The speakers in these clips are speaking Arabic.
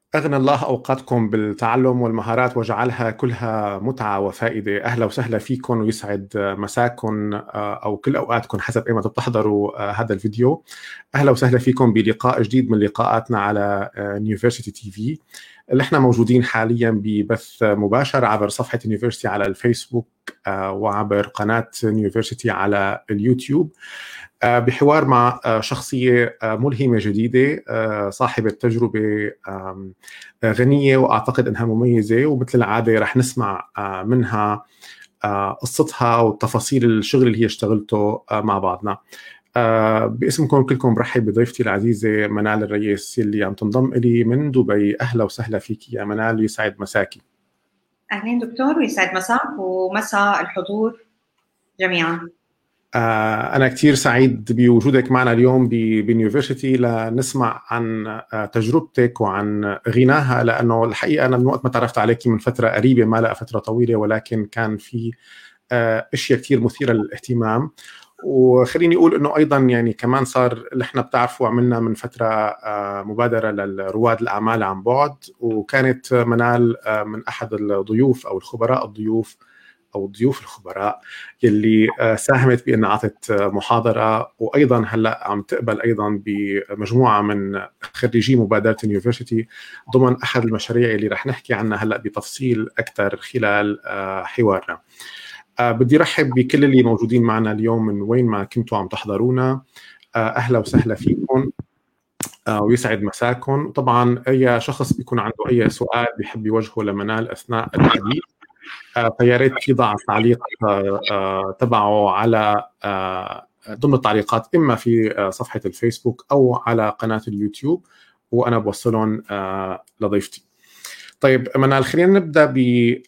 أغنى الله أوقاتكم بالتعلم والمهارات وجعلها كلها متعة وفائدة. أهلا وسهلا فيكم ويسعد مساكم أو كل أوقاتكم حسب أيمتى بتحضروا هذا الفيديو. أهلا وسهلا فيكم بلقاء جديد من لقاءاتنا على يونيفرسيتي تي في، اللي احنا موجودين حاليا ببث مباشر عبر صفحة يونيفرسيتي على الفيسبوك وعبر قناة يونيفرسيتي على اليوتيوب، بحوار مع شخصية ملهمة جديدة، صاحبة تجربة غنية وأعتقد أنها مميزة، ومثل العادة رح نسمع منها قصتها وتفاصيل الشغل اللي هي اشتغلته مع بعضنا. باسمكم كلكم برحب بضيفتي العزيزة منال الرئيس اللي عم تنضم إلي من دبي. أهلا وسهلا فيك يا منال، يسعد مساكي. أهلين دكتور، ويسعد مساك ومساء الحضور جميعا. أنا كثير سعيد بوجودك معنا اليوم بيونيفرسيتي لنسمع عن تجربتك وعن غناها، لأنه الحقيقة أنا من وقت ما تعرفت عليك من فترة قريبة، ما لها فترة طويلة، ولكن كان في أشياء كثير مثيرة للاهتمام. وخليني أقول أنه أيضا يعني كمان صار اللي احنا بتعرفوا عملنا من فترة مبادرة لرواد الأعمال عن بعد، وكانت منال من أحد الضيوف أو الخبراء الضيوف او ضيوف الخبراء يلي ساهمت بان اعطت محاضره، وايضا هلا عم تقبل ايضا بمجموعه من خريجي مبادره يونيفرسيتي ضمن احد المشاريع اللي رح نحكي عنها هلا بتفصيل اكثر خلال حوارنا. بدي رحب بكل اللي موجودين معنا اليوم من وين ما كنتوا عم تحضرونا. اهلا وسهلا فيكم ويسعد مساكم. طبعا اي شخص بيكون عنده اي سؤال بيحب يوجهه لمنال اثناء الحديث، فيا ريت يضع التعليق تبعه على ضمن التعليقات، اما في صفحه الفيسبوك او على قناه اليوتيوب، وانا بوصلهم لضيفتي. طيب منال، خلينا نبدا ب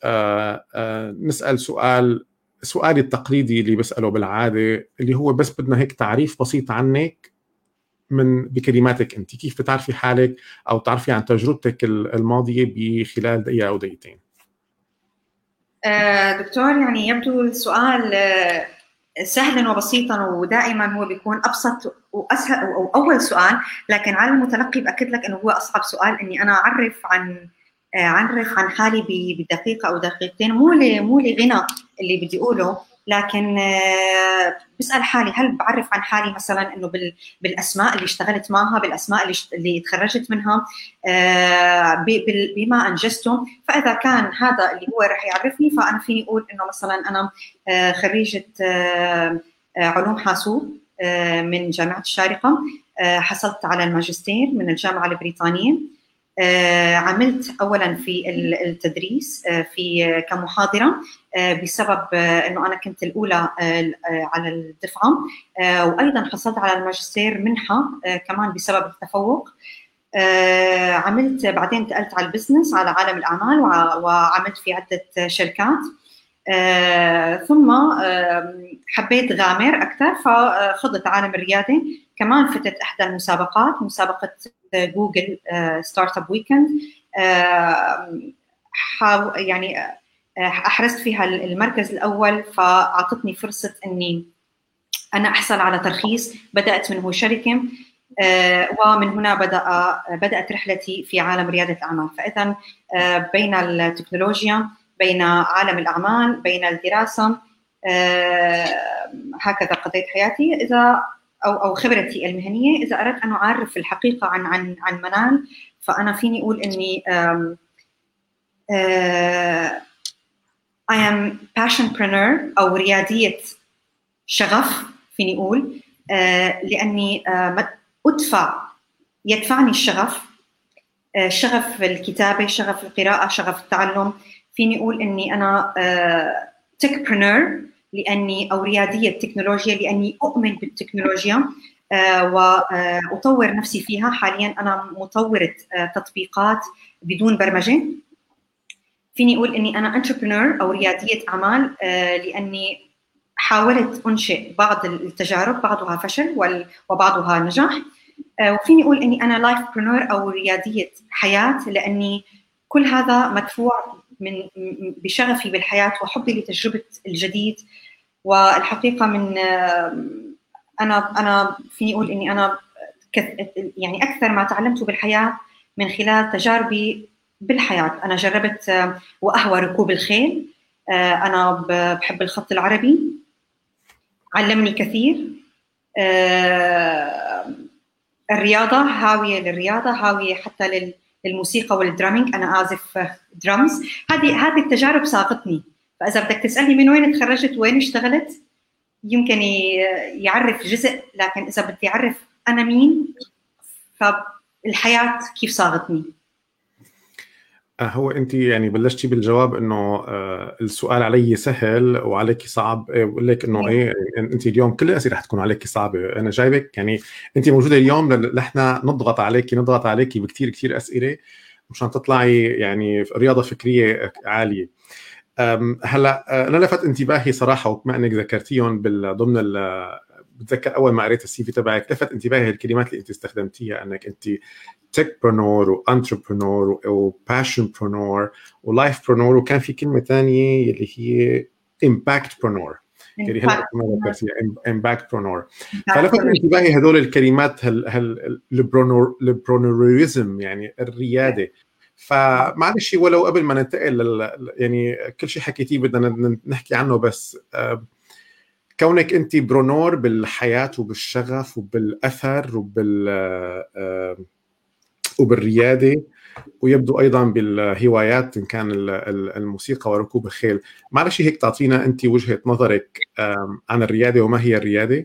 نسال سؤالي التقليدي اللي بساله بالعاده، اللي هو بس بدنا هيك تعريف بسيط عنك بكلماتك انت. كيف بتعرفي حالك او تعرفي عن تجربتك الماضيه بخلال دقيقه او دقيقتين؟ دكتور، يعني يبدو السؤال سهلا وبسيطا، ودائما هو بيكون أبسط وأسهل أو أول سؤال، لكن على المتلقي بأكد لك أنه هو أصعب سؤال، إني أنا أعرف عن حالي بدقيقة أو دقيقتين، مو لغنى اللي بدي أقوله، لكن بسأل حالي هل بعرف عن حالي مثلا إنه بالأسماء اللي اشتغلت معها، بالأسماء اللي تخرجت منها، بما أنجزته. فإذا كان هذا اللي هو رح يعرفني، فأنا فيني أقول إنه مثلا أنا خريجة علوم حاسوب من جامعة الشارقة، حصلت على الماجستير من الجامعة البريطانية. عملت أولاً في التدريس في كمحاضرة، بسبب أنه أنا كنت الأولى على الدفعة، وأيضاً حصلت على الماجستير منحة كمان بسبب التفوق. عملت بعدين انتقلت على البزنس، على عالم الأعمال، وعملت في عدة شركات. ثم حبيت غامر أكثر، فخضت عالم الريادة. كمان فتت إحدى المسابقات، مسابقة جوجل ستارت اب ويكند، يعني أحرزت فيها المركز الأول، فأعطتني فرصة أني أنا أحصل على ترخيص بدأت منه شركة، ومن هنا بدأت رحلتي في عالم ريادة الأعمال. فإذا بين التكنولوجيا، بين عالم الأعمال، بين الدراسة، هكذا قضيت حياتي. إذا أو خبرتي المهنية، إذا أردت أن أعرف الحقيقة عن منال، فأنا فيني أقول إني I am passionpreneur أو ريادية شغف، فيني أقول، لأني يدفعني الشغف، شغف الكتابة، شغف القراءة، شغف التعلم. فيني أقول إني أنا تكبرنر أو ريادية تكنولوجيا، لأني أؤمن بالتكنولوجيا وأطور نفسي فيها. حالياً أنا مطورة تطبيقات بدون برمجة. فيني أقول إني أنا entrepreneur أو ريادية أعمال، لأني حاولت أنشئ بعض التجارب، بعضها فشل وبعضها نجاح. وفيني أقول إني أنا لايفبرنور أو ريادية حياة، لأني كل هذا مدفوع بشغفي بالحياة وحبي لتجربة الجديد. والحقيقة من أنا فيني أقول إني أنا يعني أكثر ما تعلمته بالحياة من خلال تجاربي بالحياة. أنا جربت وأهوى ركوب الخيل، أنا بحب الخط العربي، علمني كثير. الرياضة، هاوية للرياضة، هاوية حتى للموسيقى والدرامينج، أنا أعزف درامز. هذه التجارب ساقتني. فإذا بدك تسألني من وين تخرجت وين اشتغلت، يمكن يعرف جزء، لكن إذا بدي أعرف أنا مين، فالحياة كيف صاغتني. هو انت يعني بلشتي بالجواب انه السؤال علي سهل وعليك صعب. بقول لك انه ايه، انت اليوم كل الاسئله رح تكون عليك صعبه. انا جايبك يعني انت موجوده اليوم لحنا نضغط عليكي بكثير كثير اسئله مشان تطلعي يعني رياضه فكريه عاليه. هلا انا لفت انتباهي صراحه، وبما انك ذكرتيهم ضمن بتذكر اول ما قريت السي في تبعك لفت انتباهي الكلمات اللي انت استخدمتيها، انك انت تكبرنور وانتربرنور وباشنبرنور ولايفبرنور، وكان في كلمه ثانيه اللي هي امباكتبرنور، اللي هلا ما ذكرتيها، امباكتبرنور. فلفت انتباهي هدول الكلمات، البرونوريزم يعني الرياده. فمعلش ولو قبل ما ننتقل يعني كل شيء حكيتيه بدنا نحكي عنه، بس كونك انت برونور بالحياه وبالشغف وبالاثر وبالرياده، ويبدو ايضا بالهوايات ان كان الموسيقى وركوب الخيل. معلش هيك تعطينا انت وجهه نظرك عن الرياده، وما هي الرياده؟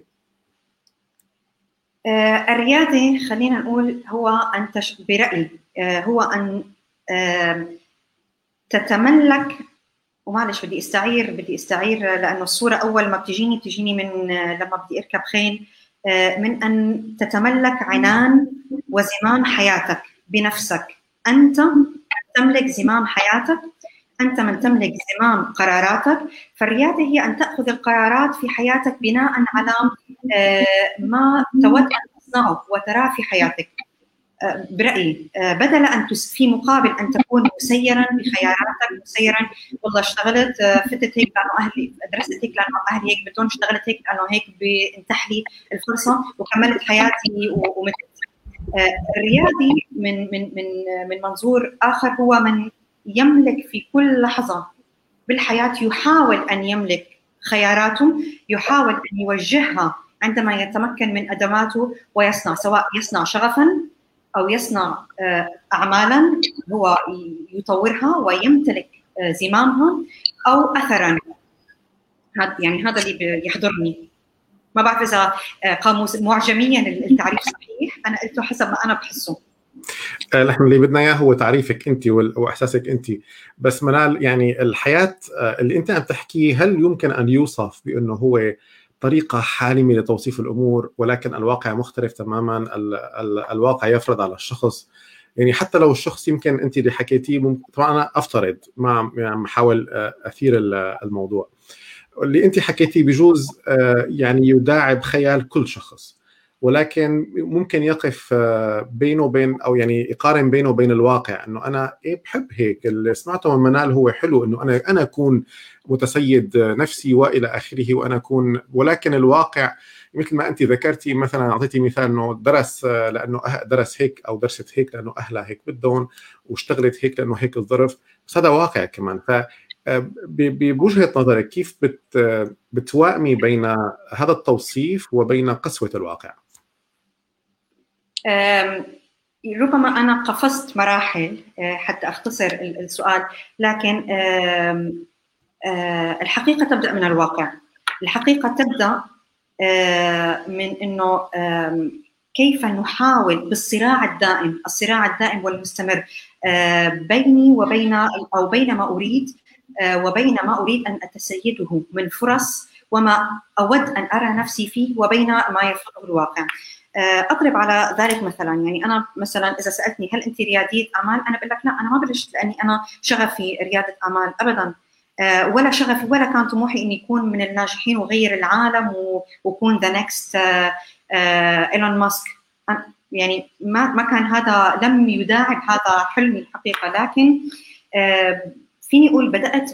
الرياده خلينا نقول هو ان برايي هو ان تتملك، ومعلش بدي استعير لانه الصوره اول ما بتجيني من لما بدي اركب خيل، من ان تتملك عنان وزمام حياتك بنفسك. انت تملك زمام حياتك، انت من تملك زمام قراراتك. فالرياده هي ان تاخذ القرارات في حياتك بناء على ما تود ان تصنعه وتراه في حياتك. برأيي بدل أن في مقابل أن تكون مسيرا بخياراتك، مسيرا والله اشتغلت فتت هيك لأنه أهلي، درست هيك لأنه أهلي هيك بدهم، اشتغلت هيك لأنه هيك بانتح لي الفرصة وكملت حياتي ومثل. الرياضي من منظور آخر هو من يملك في كل لحظة بالحياة، يحاول أن يملك خياراته، يحاول أن يوجهها عندما يتمكن من أدواته ويصنع، سواء يصنع شغفاً أو يصنع أعمالاً هو يطورها ويمتلك زمامها، أو أثراً. يعني هذا اللي يحضرني. ما بعرف إذا قاموس معجمياً التعريف صحيح، أنا قلته حسب ما أنا بحسه. نحن اللي بدنا اياه هو تعريفك انت واحساسك انت. بس منال، يعني الحياه اللي انت عم تحكيه هل يمكن ان يوصف بانه هو طريقه حالمه لتوصيف الامور، ولكن الواقع مختلف تماما؟ الواقع يفرض على الشخص، يعني حتى لو الشخص يمكن انت اللي حكيتيه، طبعا انا افترض ما يعني بحاول اثير الموضوع اللي انت حكيتيه بجوز يعني يداعب خيال كل شخص، ولكن ممكن يقف بينه وبين، او يعني يقارن بينه وبين الواقع، انه انا بحب هيك. اللي سمعته من منال هو حلو، انه انا اكون متسيد نفسي والى اخره، وانا اكون، ولكن الواقع مثل ما انت ذكرتي، مثلا اعطيتي مثال انه درس لانه درس هيك، او درست هيك لانه اهلها هيك بدهم، واشتغلت هيك لانه هيك الظرف. بس هذا واقع كمان. ف بوجهة نظرك كيف بتوائمي بين هذا التوصيف وبين قسوة الواقع؟ ربما أنا قفزت مراحل حتى أختصر السؤال، لكن الحقيقة تبدأ من الواقع. الحقيقة تبدأ من أنه كيف نحاول بالصراع الدائم، الصراع الدائم والمستمر بيني وبين، أو بين ما أريد وبين ما أريد أن أتسيده من فرص وما أود أن أرى نفسي فيه، وبين ما يرفضه الواقع. أضرب على ذلك مثلا، يعني أنا مثلا إذا سألتني هل أنت ريادية أعمال، أنا بقول لك لا، أنا ما بلشت لأني أنا شغفي ريادة أعمال أبدا، ولا شغفي ولا كان طموحي إني أكون من الناجحين وغير العالم وكون the next إيلون ماسك. يعني ما كان هذا، لم يداعب هذا حلمي الحقيقة. لكن فيني أقول بدأت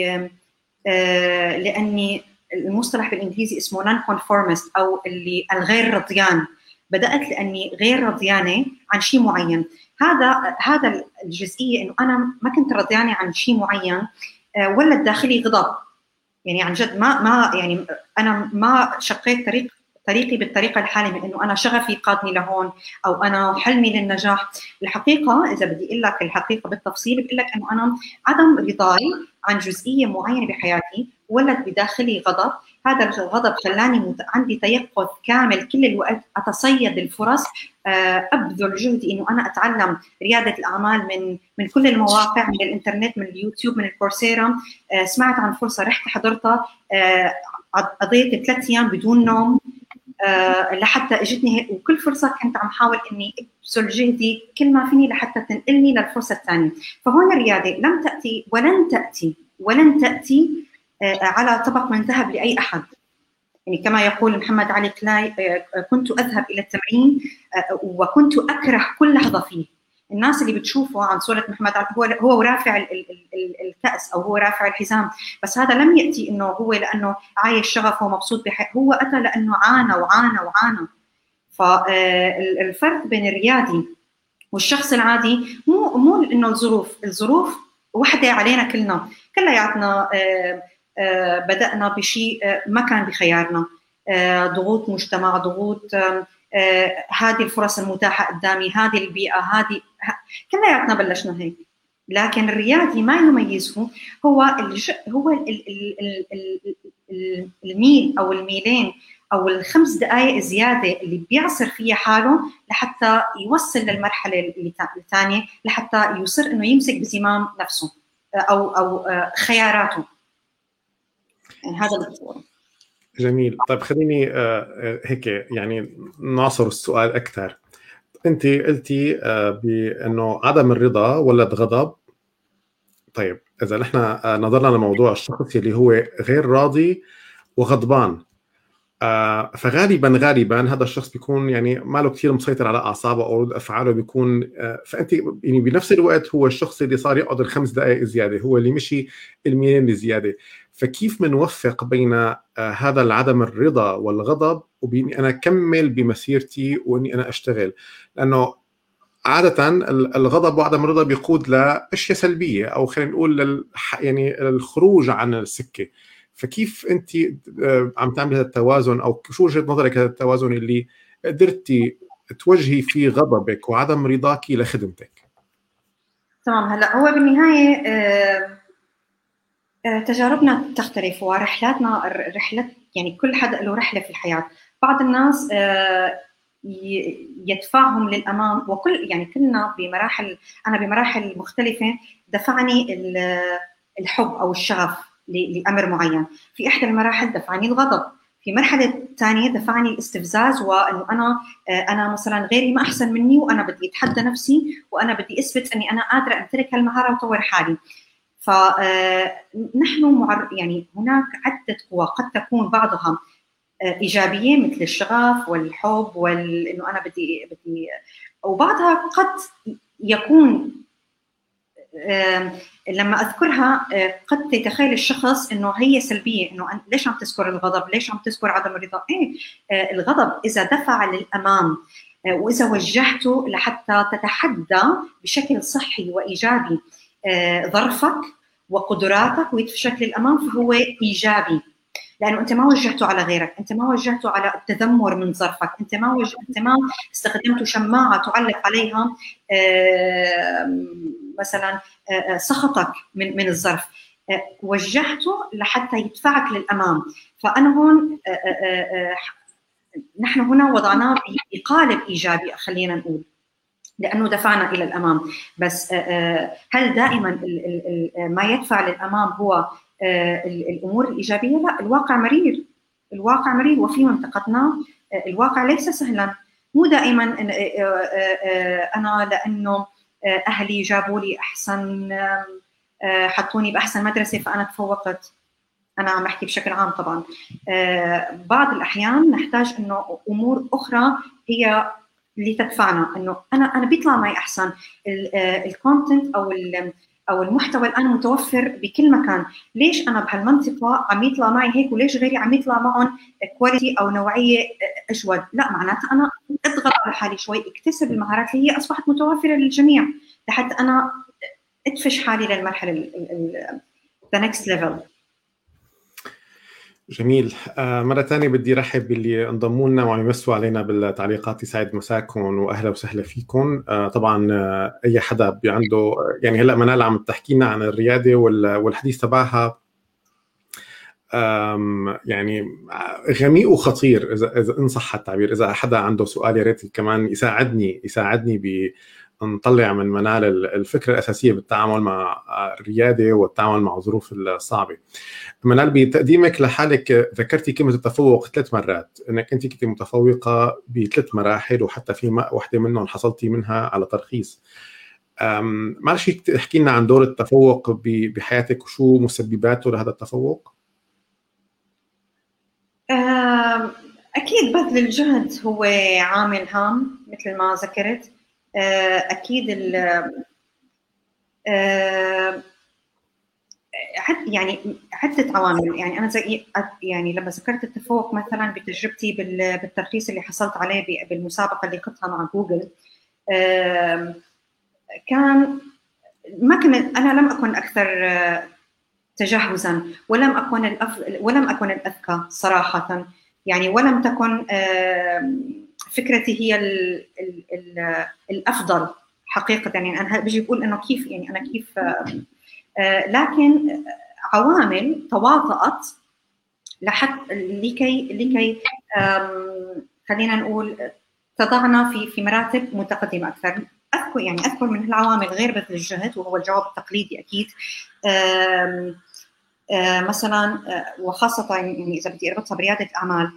لأني المصطلح بالإنجليزي اسمه non-conformist، أو اللي الغير رضيان. بدأت لأني غير رضيانة عن شيء معين. هذا الجزئيه انه انا ما كنت رضيانه عن شيء معين، ولا داخلي غضب. يعني عن جد ما يعني انا ما شقيت طريقي بالطريقه الحالمه، انه انا شغفي قادني لهون او انا حلمي للنجاح. الحقيقه اذا بدي اقول لك الحقيقه بالتفصيل، بقول لك انه انا عدم رضاي عن جزئيه معينه بحياتي ولد بداخلي غضب. هذا الغضب خلاني عندي تيقظ كامل كل الوقت، اتصيد الفرص، ابذل جهدي انه انا اتعلم رياده الاعمال من كل المواقع، من الانترنت، من اليوتيوب، من الكورسيرا. سمعت عن فرصه رحت حضرتها، قضيت 3 ايام بدون نوم لحتى اجتني هيك، وكل فرصه كنت عم حاول اني ابذل جهدي كل ما فيني لحتى تنقلني للفرصه الثانيه. فهون الرياده لم تاتي ولن تاتي على طبق من ذهب لاي احد. يعني كما يقول محمد علي كلاي، كنت اذهب الى التمرين وكنت اكره كل لحظه فيه. الناس اللي بتشوفه عن صوره محمد علي هو رافع الكاس او هو رافع الحزام، بس هذا لم ياتي انه هو لانه عايش شغفه ومبسوط هو اتى لانه عانى. فالفرق بين الريادي والشخص العادي مو انه الظروف وحده علينا كلياتنا. بدأنا بشيء ما كان بخيارنا، ضغوط مجتمع، ضغوط هذه الفرص المتاحة قدامي، هذه البيئة، كلياتنا بلشنا هيك. لكن الريادي ما يميزه هو الميل أو الميلين أو ال5 دقائق زيادة اللي بيعصر فيها حاله لحتى يوصل للمرحلة الثانية، لحتى يصر إنه يمسك بزمام نفسه أو خياراته. يعني هذا التصور. جميل. طيب خليني هيك يعني نعصر السؤال أكثر. أنت قلتي بأنه عدم الرضا ولد غضب. طيب إذا نحن نظرنا لموضوع الشخص اللي هو غير راضي وغضبان، فغالبا هذا الشخص بيكون يعني ما له كثير مسيطر على أعصابه أو رد أفعاله بيكون فأنت يعني بنفس الوقت هو الشخص اللي صار يقعد ال5 دقائق زيادة، هو اللي مشي الميلين الزيادة. فكيف منوفق بين هذا العدم الرضا والغضب وبإني أنا أكمل بمسيرتي وإني أنا أشتغل؟ لأنه عادة الغضب وعدم الرضا بيقود لأشياء سلبية، أو خلينا نقول يعني الخروج عن السكة. فكيف أنت عم تعملي هذا التوازن، أو شو وجهة نظرك هذا التوازن اللي قدرتي توجهي فيه غضبك وعدم رضاك لخدمتك؟ تمام. هلا هو بالنهاية تجاربنا تختلف ورحلاتنا رحلات، يعني كل حدا له رحلة في الحياة. بعض الناس يدفعهم للأمام، وكل يعني كلنا بمراحل، أنا بمراحل مختلفة دفعني الحب أو الشغف لأمر معين. في إحدى المراحل دفعني الغضب، في مرحلة ثانية دفعني الاستفزاز، وأنه أنا مثلا غيري ما أحسن مني وأنا بدي أتحدى نفسي وأنا بدي أثبت أني أنا قادرة أمتلك هالمهارة وأطور حالي. فنحن يعني هناك عدة قوى قد تكون بعضها إيجابية مثل الشغف والحب وإنه أنا بدي وبعضها قد يكون لما أذكرها قد تتخيل الشخص إنه هي سلبية، إنه ليش عم تذكر الغضب، ليش عم تذكر عدم الرضا؟ الغضب إذا دفع للأمام وإذا وجهته لحتى تتحدى بشكل صحي وإيجابي ظرفك وقدراتك ويتفشك للأمام فهو إيجابي، لأنه أنت ما وجهته على غيرك، أنت ما وجهته على التذمر من ظرفك، أنت ما استخدمت شماعة تعلق عليها مثلا سخطك من الظرف، وجهته لحتى يدفعك للأمام. فأنا هون نحن هنا وضعناه بقالب إيجابي خلينا نقول، لأنه دفعنا إلى الأمام. بس هل دائما ما يدفع للأمام هو الأمور الإيجابية؟ لا، الواقع مرير وفي منطقتنا الواقع ليس سهلا. مو دائما أنا لأنه أهلي جابوا لي أحسن، حطوني بأحسن مدرسة فأنا تفوقت. أنا عم أحكي بشكل عام طبعا. بعض الأحيان نحتاج إنه أمور أخرى هي اللي تدفعنا، إنه أنا بيطلع معي أحسن الكونتنت أو المحتوى الآن متوفر بكل مكان. ليش أنا بهالمنطقة عم يطلع معي هيك وليش غيري عم يطلع معهم كواليتي أو نوعية أجود؟ لا، معناتها أنا اضغط على حالي شوي، اكتسب المهارات اللي هي اصبحت متوافره للجميع لحتى انا ادفش حالي للمرحله the next level. جميل. مرة ثانية بدي رحب باللي انضموا لنا وعم يمسوا علينا بالتعليقات. يسعد مساكم واهلا وسهلا فيكم. طبعا اي حدا عنده يعني هلا منال عم تحكي لنا عن الرياده والحديث تبعها يعني غميق وخطير اذا ان صح التعبير. اذا حدا عنده سؤال يا ريت كمان يساعدني نطلع من منال الفكره الاساسيه بالتعامل مع الرياده والتعامل مع الظروف الصعبه. منال، بتقديمك لحالك ذكرتي كلمه التفوق 3 مرات، انك انت كنت متفوقه ب3 مراحل وحتى في واحده منهم حصلتي منها على ترخيص. معلش تحكي لنا عن دور التفوق بحياتك وشو مسبباته لهذا التفوق؟ أكيد بذل الجهد هو عامل هام مثل ما ذكرت. أكيد يعني عدة عوامل. يعني أنا يعني لما ذكرت التفوق مثلا بتجربتي بالترخيص اللي حصلت عليه بالمسابقة اللي خضتها مع جوجل، كان ما كنت أنا لم أكن أكثر تجهزا ولم أكن الأذكى صراحة. يعني ولم تكن فكرتي هي الأفضل حقيقة. يعني أنا بيجي بقول إنه كيف، يعني أنا كيف، لكن عوامل تواطأت لكي خلينا نقول تضعنا في مراتب متقدمة أكثر. أذكر من العوامل غير بذل الجهد وهو الجواب التقليدي أكيد. مثلا وخاصة يعني إذا بدي أربطها بريادة أعمال،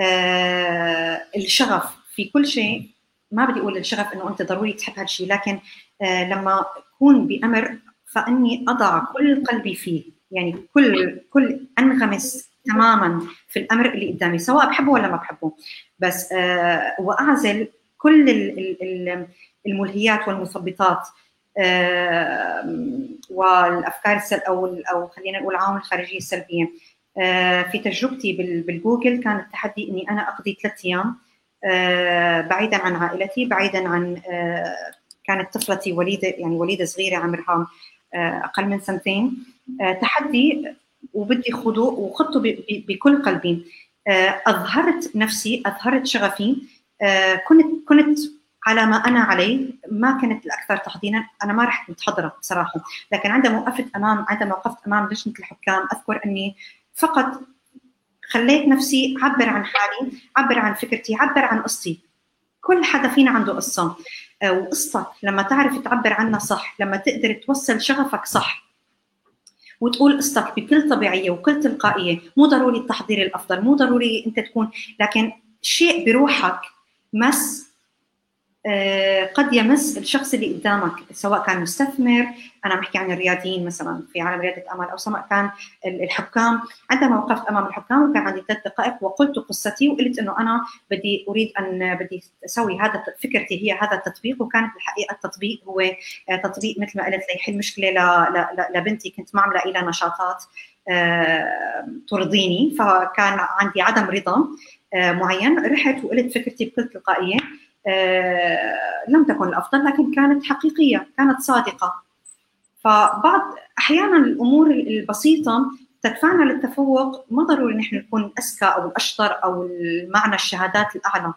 الشغف في كل شيء. ما بدي أقول الشغف إنه أنت ضروري تحب هالشيء، لكن لما أكون بأمر فإني أضع كل قلبي فيه، يعني كل أنغمس تماما في الأمر اللي قدامي سواء بحبه ولا ما بحبه، بس وأعزل كل الملهيات والمثبطات والأفكار أو خلينا نقول العوامل الخارجية السلبية. في تجربتي بالجوجل كان التحدي إني أنا أقضي 3 أيام بعيدا عن عائلتي، بعيدا عن كانت طفلتي وليدة صغيرة عمرها أقل من 2 سنين. تحدي وبدي خضوع وخضته بكل قلبي. أظهرت نفسي، أظهرت شغفي. كنت على ما أنا عليه، ما كنت الأكثر تحضيراً. أنا ما رحت متحضرة بصراحة، لكن عندما وقفت أمام لجنة الحكام أذكر أني فقط خليت نفسي عبر عن حالي، عبر عن فكرتي، عبر عن قصتي. كل حدا فينا عنده قصة، وقصتك لما تعرف تعبر عنها صح، لما تقدر توصل شغفك صح وتقول قصتك بكل طبيعية وكل تلقائية، مو ضروري التحضير الأفضل، مو ضروري أنت تكون، لكن شيء بروحك مس قد يمس الشخص اللي قدامك، سواء كان مستثمر، أنا بحكي عن الرياديين مثلا في عالم ريادة أعمال، أو سواء كان الحكام. عندما وقفت أمام الحكام وكان عندي 3 دقائق وقلت قصتي وقلت إنه أنا بدي أسوي هذا، فكرتي هي هذا التطبيق. وكانت الحقيقة التطبيق هو تطبيق مثل ما قلت ليحل مشكلة لبنتي كنت ما عاملة إلى نشاطات ترضيني، فكان عندي عدم رضا معين. رحت وقلت فكرتي بكل تلقائية. لم تكن الأفضل لكن كانت حقيقية، كانت صادقة. فبعض أحيانا الأمور البسيطة تدفعنا للتفوق، ما ضروري نحن نكون الأذكى أو الأشطر أو المعنى الشهادات الأعلى.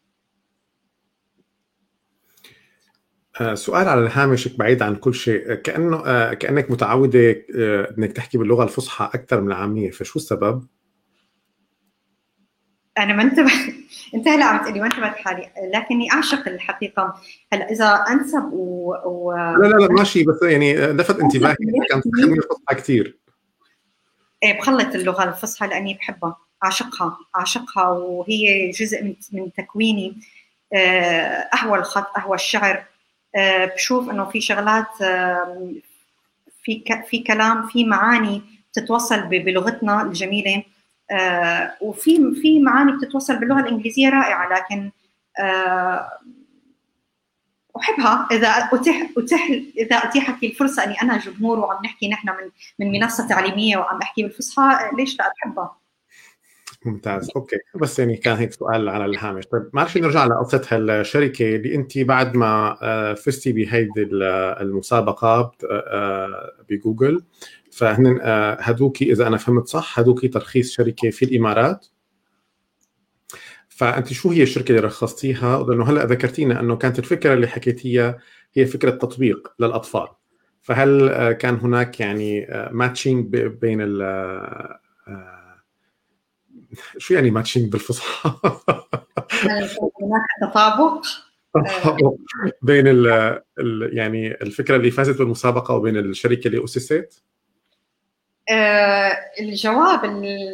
سؤال على الهامش بعيد عن كل شيء، كأنك متعودة أنك تحكي باللغة الفصحى أكثر من العامية، فشو السبب؟ أنا ما انت هلا عم تقولي ما انتبهت حالي، لكني أعشق الحقيقة. هلا إذا أنسب لا ماشي، بس يعني لفت انتباهي كانت تخدمي الفصحى كثير. إيه، بخلط اللغة الفصحى لأني بحبها، أعشقها وهي جزء من تكويني. أهوى الخط، أهوى الشعر. بشوف إنه في شغلات، في كلام، في معاني تتوصل بلغتنا الجميلة، وفي معاني بتتوصل باللغة الإنجليزية رائعة، لكن أحبها إذا أتيحت لي الفرصة أني أنا جمهور وعم نحكي نحن من منصة تعليمية وعم أحكي بالفصحى، ليش لا أحبها؟ ممتاز. اوكي، بس يعني كان هيك سؤال على الهامش. طيب معلش نرجع لقصه هالشركه اللي انت بعد ما فزتي بهيدي المسابقه بجوجل، فهن هدوكي اذا انا فهمت صح هدوكي ترخيص شركه في الامارات. فانت شو هي الشركه اللي رخصتيها؟ لانه هلا ذكرتينا انه كانت الفكره اللي حكيتيها هي فكره تطبيق للاطفال، فهل كان هناك يعني ماتشنج بين ال شو يعني ماتشنج بالفصحى؟ هل هناك تطابق؟ بين يعني الفكره اللي فازت بالمسابقه وبين الشركه اللي اسست؟ الجواب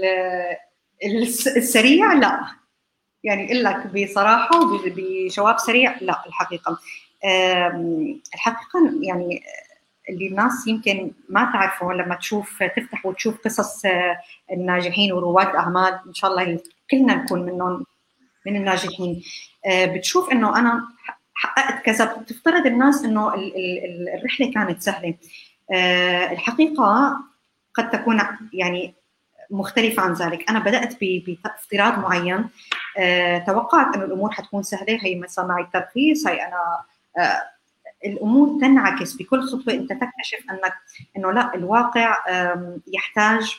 السريع لا، يعني اقول لك بصراحه وبجواب سريع لا. الحقيقه يعني اللي الناس يمكن ما تعرفه لما تفتح وتشوف قصص الناجحين ورواد اعمال، ان شاء الله كلنا نكون من الناجحين، بتشوف انه انا حققت كذا، بتفترض الناس انه الرحله كانت سهله. الحقيقه قد تكون يعني مختلفة عن ذلك. أنا بدأت بافتراض معين، توقعت أن الأمور حتكون سهلة، هي مثلا معي الترخيص، هي أنا الأمور تنعكس بكل خطوة. أنت تكتشف أنه لا، الواقع يحتاج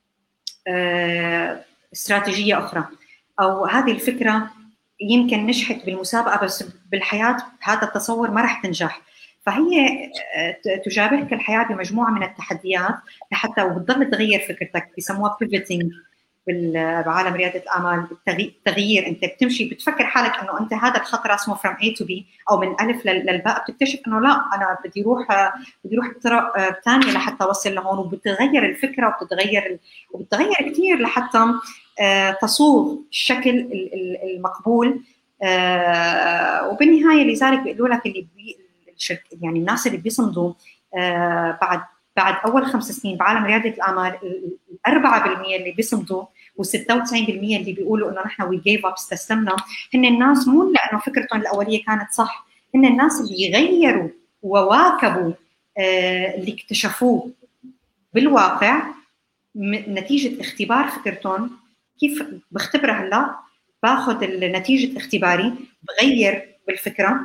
استراتيجية أخرى، أو هذه الفكرة يمكن نجحت بالمسابقة بس بالحياة هذا التصور ما رح تنجح. فهي تجابهك الحياة بمجموعة من التحديات لحتى وبتضل تغير فكرتك، بيسموها pivoting بعالم ريادة الأعمال، التغيير. أنت بتمشي بتفكر حالك أنه أنت هذا الخط راسمه from A to B أو من ألف للباء، بتكتشف أنه لا، أنا بدي أروح بطرق ثانية لحتى أوصل لهون، وبتغير الفكرة وبتغير كثير لحتى تصوغ الشكل المقبول. وبالنهاية لذلك بيقولوا لك يعني الناس اللي بيصمدوا بعد أول 5 سنين بعالم ريادة الأعمال، 4% اللي بيصمدوا و96% اللي بيقولوا إنه نحن we gave up استسلمنا، هن الناس مو لأنه فكرتهم الأولية كانت صح، هن الناس اللي غيروا وواكبوا اللي اكتشفوه بالواقع نتيجة اختبار فكرتهم. كيف بختبرها هلا؟ باخذ نتيجة اختباري، بغير بالفكرة،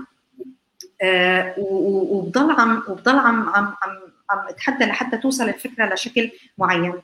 وبضل عم اتحدى لحتى توصل الفكره لشكل معين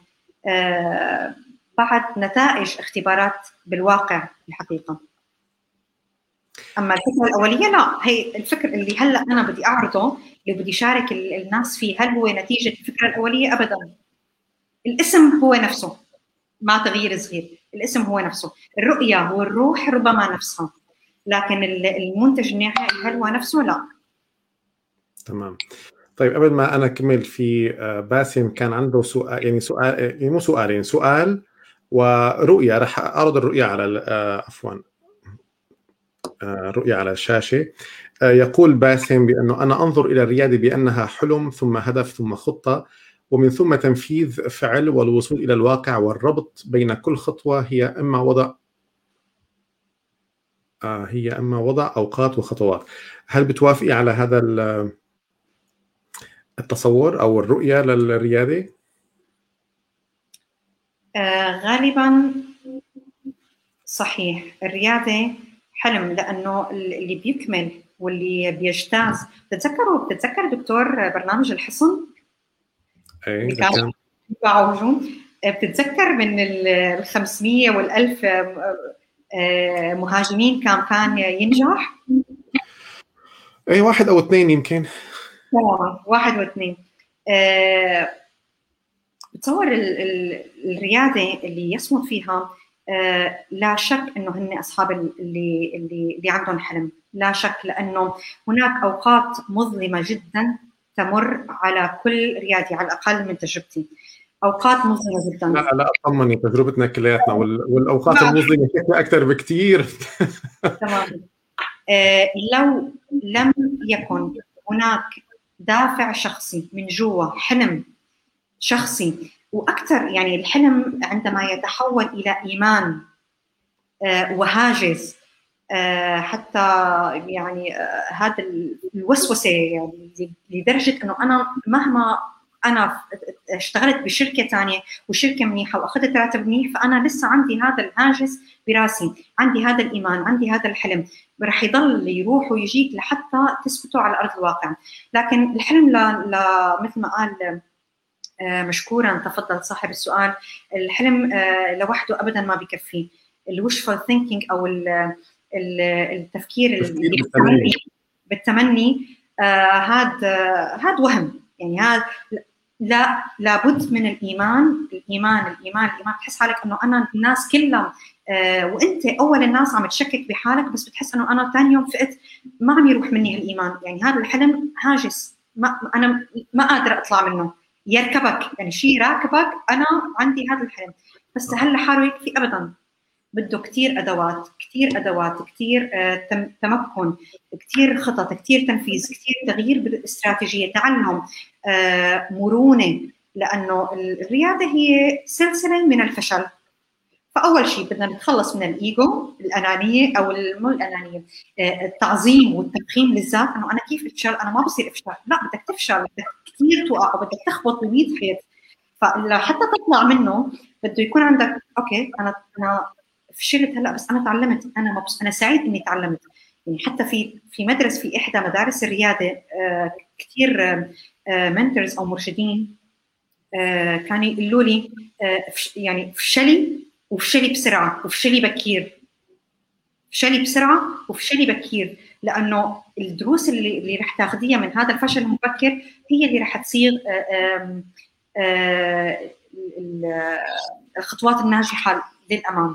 بعد نتائج اختبارات بالواقع الحقيقه. اما الفكره الاوليه لا، هي الفكر اللي هلا انا بدي اعرضه، اللي بدي شارك الناس فيه، هل هو نتيجه الفكره الاوليه؟ ابدا. الاسم هو نفسه، ما تغيير صغير، الاسم هو نفسه، الرؤيه والروح ربما نفسها، لكن المنتج النهائي هل هو نفسه؟ لا. تمام. طيب قبل ما انا اكمل، في باسم كان عنده سؤال، يعني سؤال، يعني مو سؤال، يعني سؤال ورؤيه. رح اعرض الرؤيه على عفوا رؤيه على الشاشه. يقول باسم بانه انا انظر الى الرياده بانها حلم ثم هدف ثم خطه ومن ثم تنفيذ فعل والوصول الى الواقع، والربط بين كل خطوه هي اما وضع اوقات وخطوات. هل بتوافقي على هذا التصور او الرؤيه للرياده؟ غالبا صحيح. الرياده حلم، لانه اللي بيكمل واللي بيجتاز. بتتذكر دكتور برنامج الحصن اللي كان يتبعوه؟ بتتذكر من ال 500 وال 1000 مهاجمين كان ينجح؟ اي 1 أو 2 يمكن. 1 و2. بتصور الرياده اللي يصمد فيها لا شك انه هن اصحاب اللي عندهم حلم، لا شك، لانه هناك اوقات مظلمه جدا تمر على كل ريادي، على الاقل من تجربتي، اوقات مظلمه جدا. لا اطمني، تجربتنا كلياتنا والاوقات المظلمه شكلها اكثر بكثير. تمام. لو لم يكن هناك دافع شخصي من جوا، حلم شخصي، واكثر يعني الحلم عندما يتحول الى ايمان وهاجس، حتى يعني هذا الوسوسه، يعني لدرجه انه انا مهما انا اشتغلت بشركه ثانيه وشركه منيحه واخذت راتب منيح، فانا لسه عندي هذا الهاجس براسي، عندي هذا الايمان، عندي هذا الحلم، رح يضل يروح ويجيك لحتى تثبته على ارض الواقع. لكن الحلم مثل ما قال مشكورا تفضل صاحب السؤال، الحلم لوحده ابدا ما بكفي. الوشفul ثينكينج او التفكير بالتمني هذا وهم، يعني هذا لا، لابد من الايمان تحس حالك انه انا الناس كلهم وانت اول الناس عم تشكك بحالك، بس بتحس انه انا ثاني يوم فقت ما عم يروح مني هالايمان، يعني هذا الحلم هاجس، انا ما قادره اطلع منه، يركبك يعني شيء راكبك، انا عندي هذا الحلم بس هل لحاله يكفي؟ ابدا، بده كثير ادوات كثير تمكن، كثير خطط، كثير تنفيذ، كثير تغيير بالاستراتيجيه، تعلم، مرونه، لانه الرياده هي سلسله من الفشل. فاول شيء بدنا نتخلص من الايجو، الانانيه او مو الانانيه، التعظيم والتفخيم للذات، انه انا كيف افشل، انا ما بصير افشل، لا بدك تفشل، بدك كثير توقع وبدك تخبط ب100 خيط. فحتى تطلع منه بده يكون عندك اوكي انا فشلت هلا بس انا تعلمت، انا سعيد اني تعلمت. يعني حتى في مدرسه، في احدى مدارس الرياده كثير منتورز او مرشدين كانوا يقولوا لي يعني وفشلي بسرعه وفشلي بكير، فشلي بسرعه وفشلي بكير، لانه الدروس اللي رح تاخذيها من هذا الفشل المبكر هي اللي رح تصيغ الخطوات الناجحه للامام.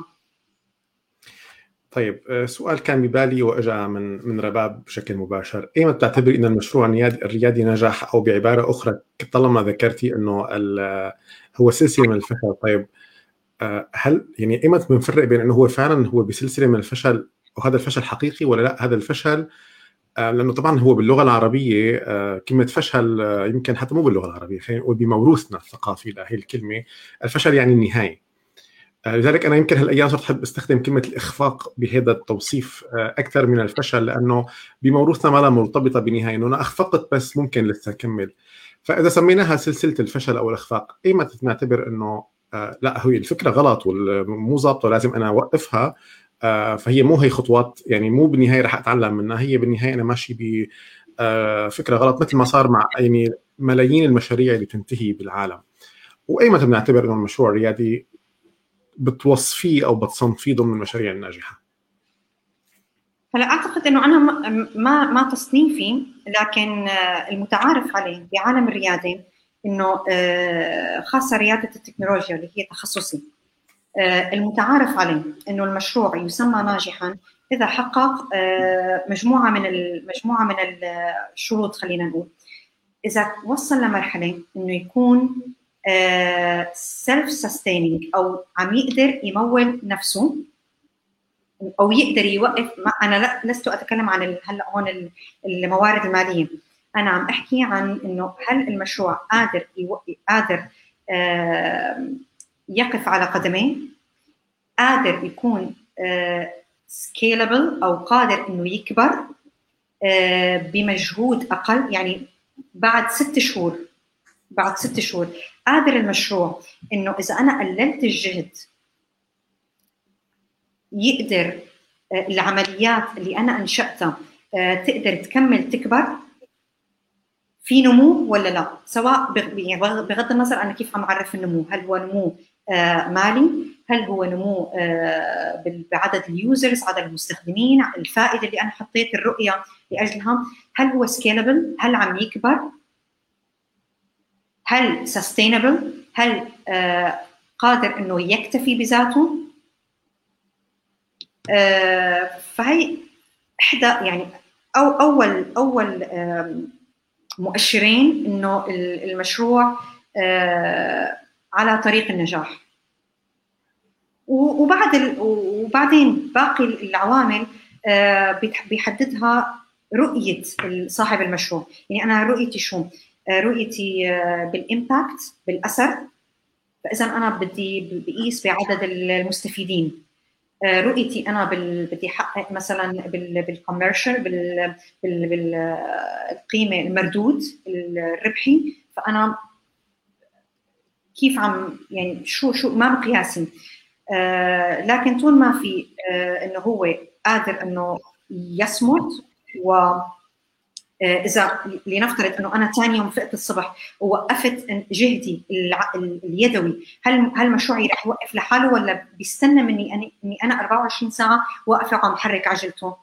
طيب سؤال كان ببالي واجا من رباب بشكل مباشر، ايمتى بتعتبري ان المشروع الريادي نجح، او بعباره اخرى طالما ذكرتي انه هو سلسله من الفشل؟ طيب هل يعني ايمتى بنفرق بين انه هو فعلا هو بسلسله من الفشل وهذا الفشل حقيقي، ولا لا هذا الفشل لانه طبعا هو باللغه العربيه كلمه فشل يمكن حتى مو باللغه العربيه، خلينا نقول بموروثنا الثقافي لهي الكلمه، الفشل يعني النهايه. لذلك انا يمكن هالايام صرت احب استخدم كلمه الاخفاق بهذا التوصيف اكثر من الفشل، لانه بموروثنا ما لها مرتبطه بنهايه، انه انا اخفقت بس ممكن لسه اكمل. فاذا سميناها سلسله الفشل او الاخفاق، ايمتى نعتبر انه لا هي الفكره غلط ومو ظابطه ولازم انا اوقفها، فهي مو هي خطوات، يعني مو بالنهايه رح اتعلم منها، هي بالنهايه انا ماشي بفكره غلط، مثل ما صار مع يعني ملايين المشاريع اللي بتنتهي بالعالم. وايمتى بنعتبر انه المشروع الريادي بتوصفيه او بتصنفيه ضمن المشاريع الناجحه؟ هلا اعتقد انه انا ما تصنيفي، لكن المتعارف عليه بعالم الرياده انه خاصه رياده التكنولوجيا اللي هي تخصصي، المتعارف عليه انه المشروع يسمى ناجحا اذا حقق مجموعه من الشروط. خلينا نقول اذا وصل لمرحله انه يكون سيلف سستينينج، او عم يقدر يمول نفسه، او يقدر يوقف. انا لست اتكلم عن هلا هون الموارد الماليه، انا عم احكي عن انه هل المشروع قادر يقف على قدميه، قادر يكون سكيلبل او قادر انه يكبر بمجهود اقل. يعني بعد 6 شهور قادر المشروع انه اذا انا قللت الجهد يقدر العمليات اللي انا انشاتها تقدر تكمل تكبر في نمو ولا لا. سواء بغض النظر انا كيف عم اعرف النمو، هل هو نمو مالي، هل هو نمو بعدد اليوزرز، عدد المستخدمين، الفائده اللي انا حطيت الرؤيه لاجلها، هل هو سكيلبل، هل عم يكبر، هل سستينبل، هل قادر انه يكتفي بذاته. فهي احدى يعني اول مؤشرين انه المشروع على طريق النجاح. وبعدين باقي العوامل بيحددها رؤيه صاحب المشروع. يعني انا رؤيتي شو؟ رؤيتي بالامباكت، بالاثر، فاذا انا بدي بقيس بعدد المستفيدين. رؤيتي انا بدي احقق مثلا بالكوميرشال، بالقيمه، المردود الربحي، فانا كيف عم يعني شو ما مقياسي. لكن طول ما في انه هو قادر انه يصمت، و اذا لنفترض انه انا ثاني يوم فقت الصبح ووقفت جهدي اليدوي، هل مشروعي رح يوقف لحاله ولا بيستنى مني اني انا 24 ساعه واقفه وعم بحرك عجلته؟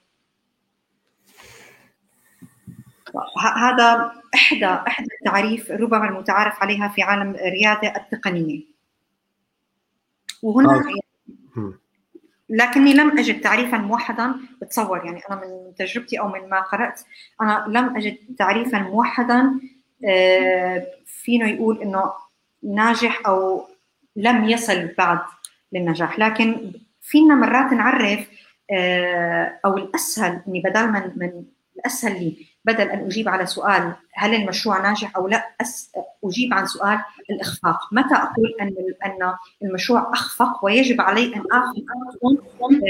هذا احدى التعريف ربما المتعارف عليها في عالم الرياده التقنيه. وهناك لكني لم أجد تعريفاً موحداً. بتصور يعني أنا من تجربتي أو من ما قرأت، أنا لم أجد تعريفاً موحداً فينه يقول إنه ناجح أو لم يصل بعد للنجاح. لكن فينا مرات نعرف أو الأسهل إني بدل من الأسهل لي بدل أن أجيب على سؤال هل المشروع ناجح أو لا، أجيب عن سؤال الإخفاق. متى أقول أن المشروع أخفق ويجب علي أن آخذ خطوة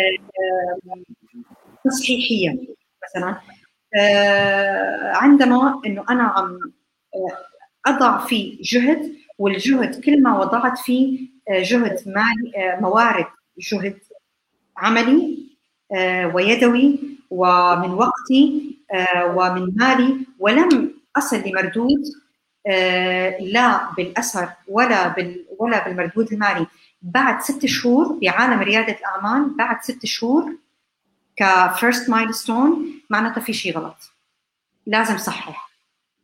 تصحيحية مثلا؟ عندما أنه أنا عم أضع فيه جهد، والجهد كل ما وضعت فيه جهد مالي، موارد، جهد عملي ويدوي ومن وقتي ومن مالي، ولم أصل لمردود لا بالأثر ولا بالمردود المالي بعد 6 شهور بعالم ريادة الأعمال، بعد 6 شهور كفيرست مايلستون، معناتها في شيء غلط، لازم صحح.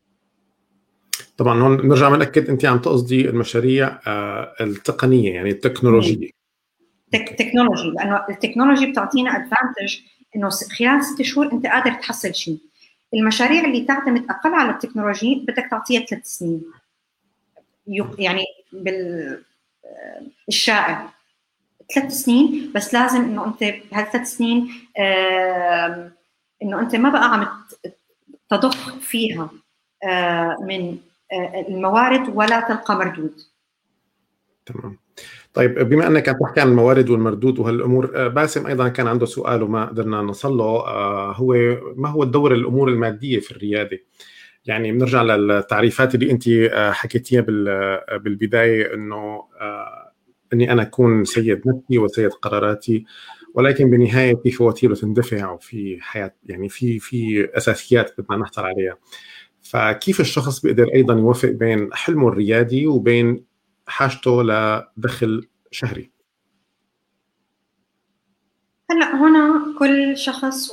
طبعا هون نرجع بنأكد انت عم تقصدي المشاريع التقنيه، يعني التكنولوجيه. تكنولوجي، لانه التكنولوجي بتعطينا ادفانتج انه خلال 6 شهور انت قادر تحصل شيء. المشاريع اللي تعتمد اقل على التكنولوجي بدك تعطيها 3 سنين، يعني بالشائع 3 سنين، بس لازم انه انت بهال3 سنين انه انت ما بقى عم تضخ فيها من الموارد ولا تلقى مردود. تمام. طيب بما انك عم تحكي عن الموارد والمردود وهالامور، باسم ايضا كان عنده سؤال وما قدرنا نوصل له، هو ما هو الدور الامور الماديه في الرياده؟ يعني بنرجع للتعريفات اللي انت حكيتيها بالبدايه، انه اني انا اكون سيد نفسي وسيد قراراتي، ولكن بالنهايه في فواتير تندفع وفي حياه، يعني في اساسيات بدنا نحصل عليها. فكيف الشخص بيقدر ايضا يوفق بين حلمه الريادي وبين حاجته لدخل شهري؟ هلا هنا كل شخص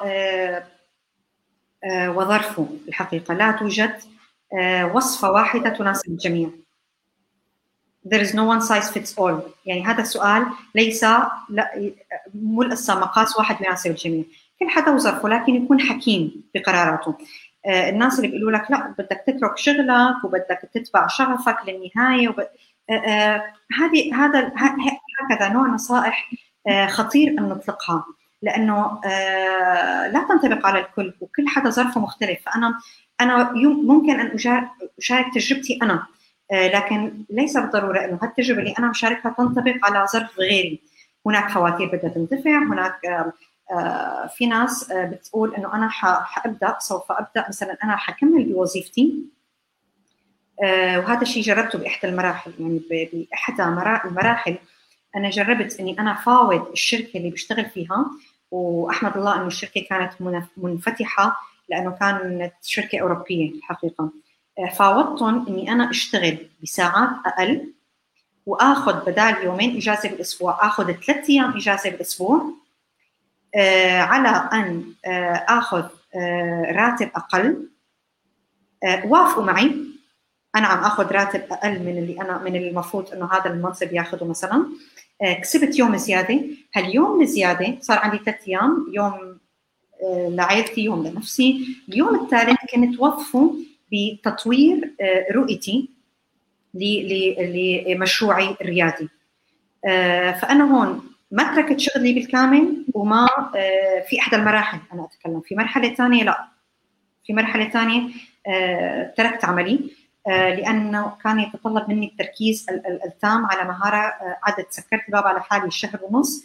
وظرفه. الحقيقة لا توجد وصفة واحدة تناسب الجميع. There is no one size fits all. يعني هذا السؤال ليس مو القصة مقاس واحد يناسب الجميع. كل حدا وظرفه، لكن يكون حكيم بقراراته. الناس اللي بيقولوا لك لا بدك تترك شغلك وبدك تتبع شغفك للنهاية هكذا نوع نصائح خطير أن نطلقها، لأنه لا تنطبق على الكل، وكل حدا ظرفه مختلف. فأنا ممكن أن أشارك تجربتي أنا، لكن ليس بالضرورة أنه هالتجربة اللي أنا مشاركها تنطبق على ظرف غيري. هناك فواتير بدها تندفع، هناك في ناس بتقول انه انا سوف ابدا مثلا، انا حكمل بوظيفتي، وهذا الشيء جربته باحدى المراحل. يعني باحدى المراحل انا جربت اني انا فاوض الشركه اللي بشتغل فيها، واحمد الله انه الشركه كانت منفتحه لانه كانت شركه اوروبيه الحقيقه. فاوضتهم اني انا اشتغل بساعات اقل واخذ بدال 2 يوم اجازه بالاسبوع اخذ 3 ايام اجازه بالاسبوع، على أن آخذ راتب أقل. وافقوا معي، أنا عم آخذ راتب أقل من اللي المفروض إنه هذا المنصب ياخذه مثلا. كسبت يوم زيادة، هاليوم الزيادة صار عندي 3 أيام، يوم لعائلتي، يوم لنفسي. اليوم الثالث كنت وظفه بتطوير رؤيتي لمشروعي الريادي. فأنا هون ما تركت شغلي بالكامل، وما في إحدى المراحل أنا أتكلم. في مرحلة ثانية لا، في مرحلة ثانية تركت عملي لأنه كان يتطلب مني التركيز التام على مهارة. عدت سكرت الباب على حالي شهر ونص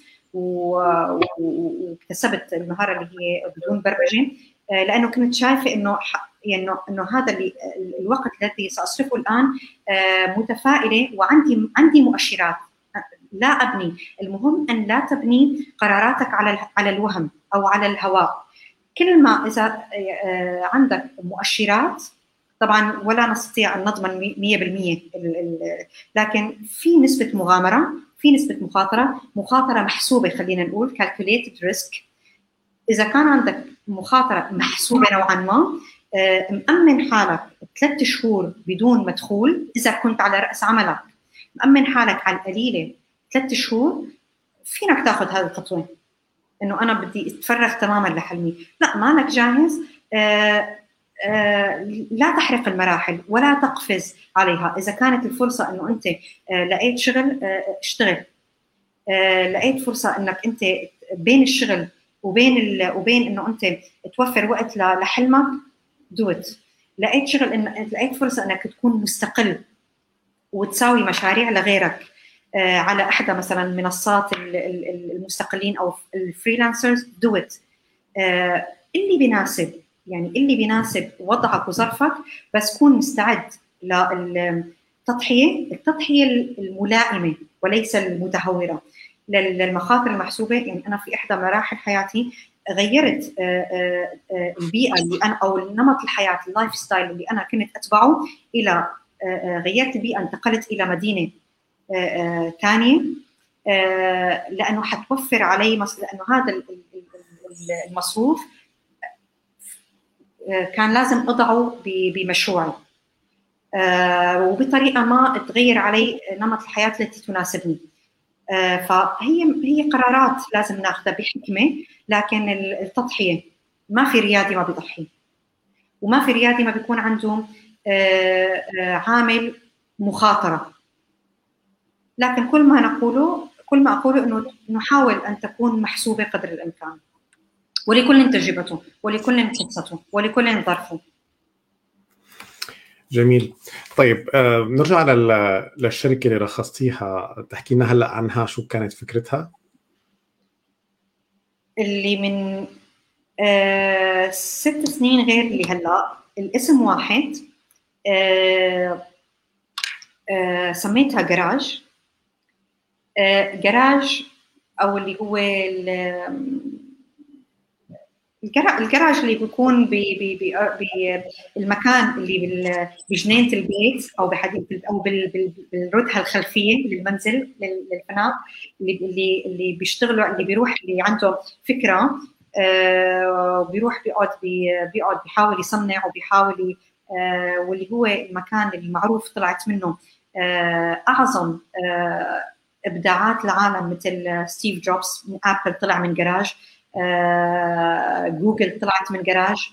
واكتسبت المهارة اللي هي بدون برمجة، لأنه كنت شايفة إنه انه هذا الوقت الذي ساصرفه الان متفائله، وعندي مؤشرات. لا ابني، المهم ان لا تبني قراراتك على الوهم او على الهواء. كل ما اذا عندك مؤشرات، طبعا ولا نستطيع ان نضمن 100%، لكن في نسبه مغامره، في نسبه مخاطره محسوبه، خلينا نقول calculated risk. اذا كان عندك مخاطره محسوبه نوعا ما، مأمن حالك 3 شهور بدون مدخول. اذا كنت على راس عملك مأمن حالك على القليله 3 شهور، فينك تاخذ هذه الخطوه، انه انا بدي اتفرغ تماما لحلمي. لا، مانك جاهز، لا تحرق المراحل ولا تقفز عليها. اذا كانت الفرصه انه انت لقيت شغل، اشتغل. لقيت فرصه انك انت بين الشغل وبين انه انت توفر وقت لحلمك، دوت. لقيت شغل، لقيت فرصه انك تكون مستقل وتساوي مشاريع لغيرك على احدى مثلا منصات المستقلين او الفريلانسرز، دوت. اللي بيناسب وضعك وظرفك، بس كون مستعد للتضحيه الملائمه وليس المتهوره للمخاطر المحسوبه. يعني انا في احدى مراحل حياتي غيرت البيئه اللي انا، او نمط الحياه، اللايف ستايل اللي انا كنت اتبعه، الى غيرت البيئه، انتقلت الى مدينه ثانيه، لانه حتوفر علي لانه هذا المصروف كان لازم اضعه بمشروعي، وبطريقه ما تغير علي نمط الحياه التي تناسبني. فهي قرارات لازم ناخذها بحكمه، لكن التضحيه، ما في ريادي ما بيضحي، وما في ريادي ما بيكون عنده عامل مخاطره. لكن كل ما اقوله انه نحاول ان تكون محسوبه قدر الامكان، ولكل تجربته، ولكل قصته، ولكل ظرفه. جميل. طيب نرجع للشركة اللي رخصتيها، تحكي لنا هلا عنها، شو كانت فكرتها؟ اللي من 6 سنين غير اللي هلا، الاسم واحد. سميتها جراج. جراج، او اللي هو الجراج اللي بيكون بالمكان اللي بجنينه البيت، او بحديقه، او بالردهه الخلفيه للمنزل، للفناء، اللي بيشتغلوا، اللي بيروح، اللي عنده فكره وبيروح بيقعد بيحاول يصنع وبيحاول، واللي هو المكان اللي معروف طلعت منه اعظم ابداعات العالم، مثل ستيف جوبز من ابل طلع من جراج، جوجل طلعت من جراج،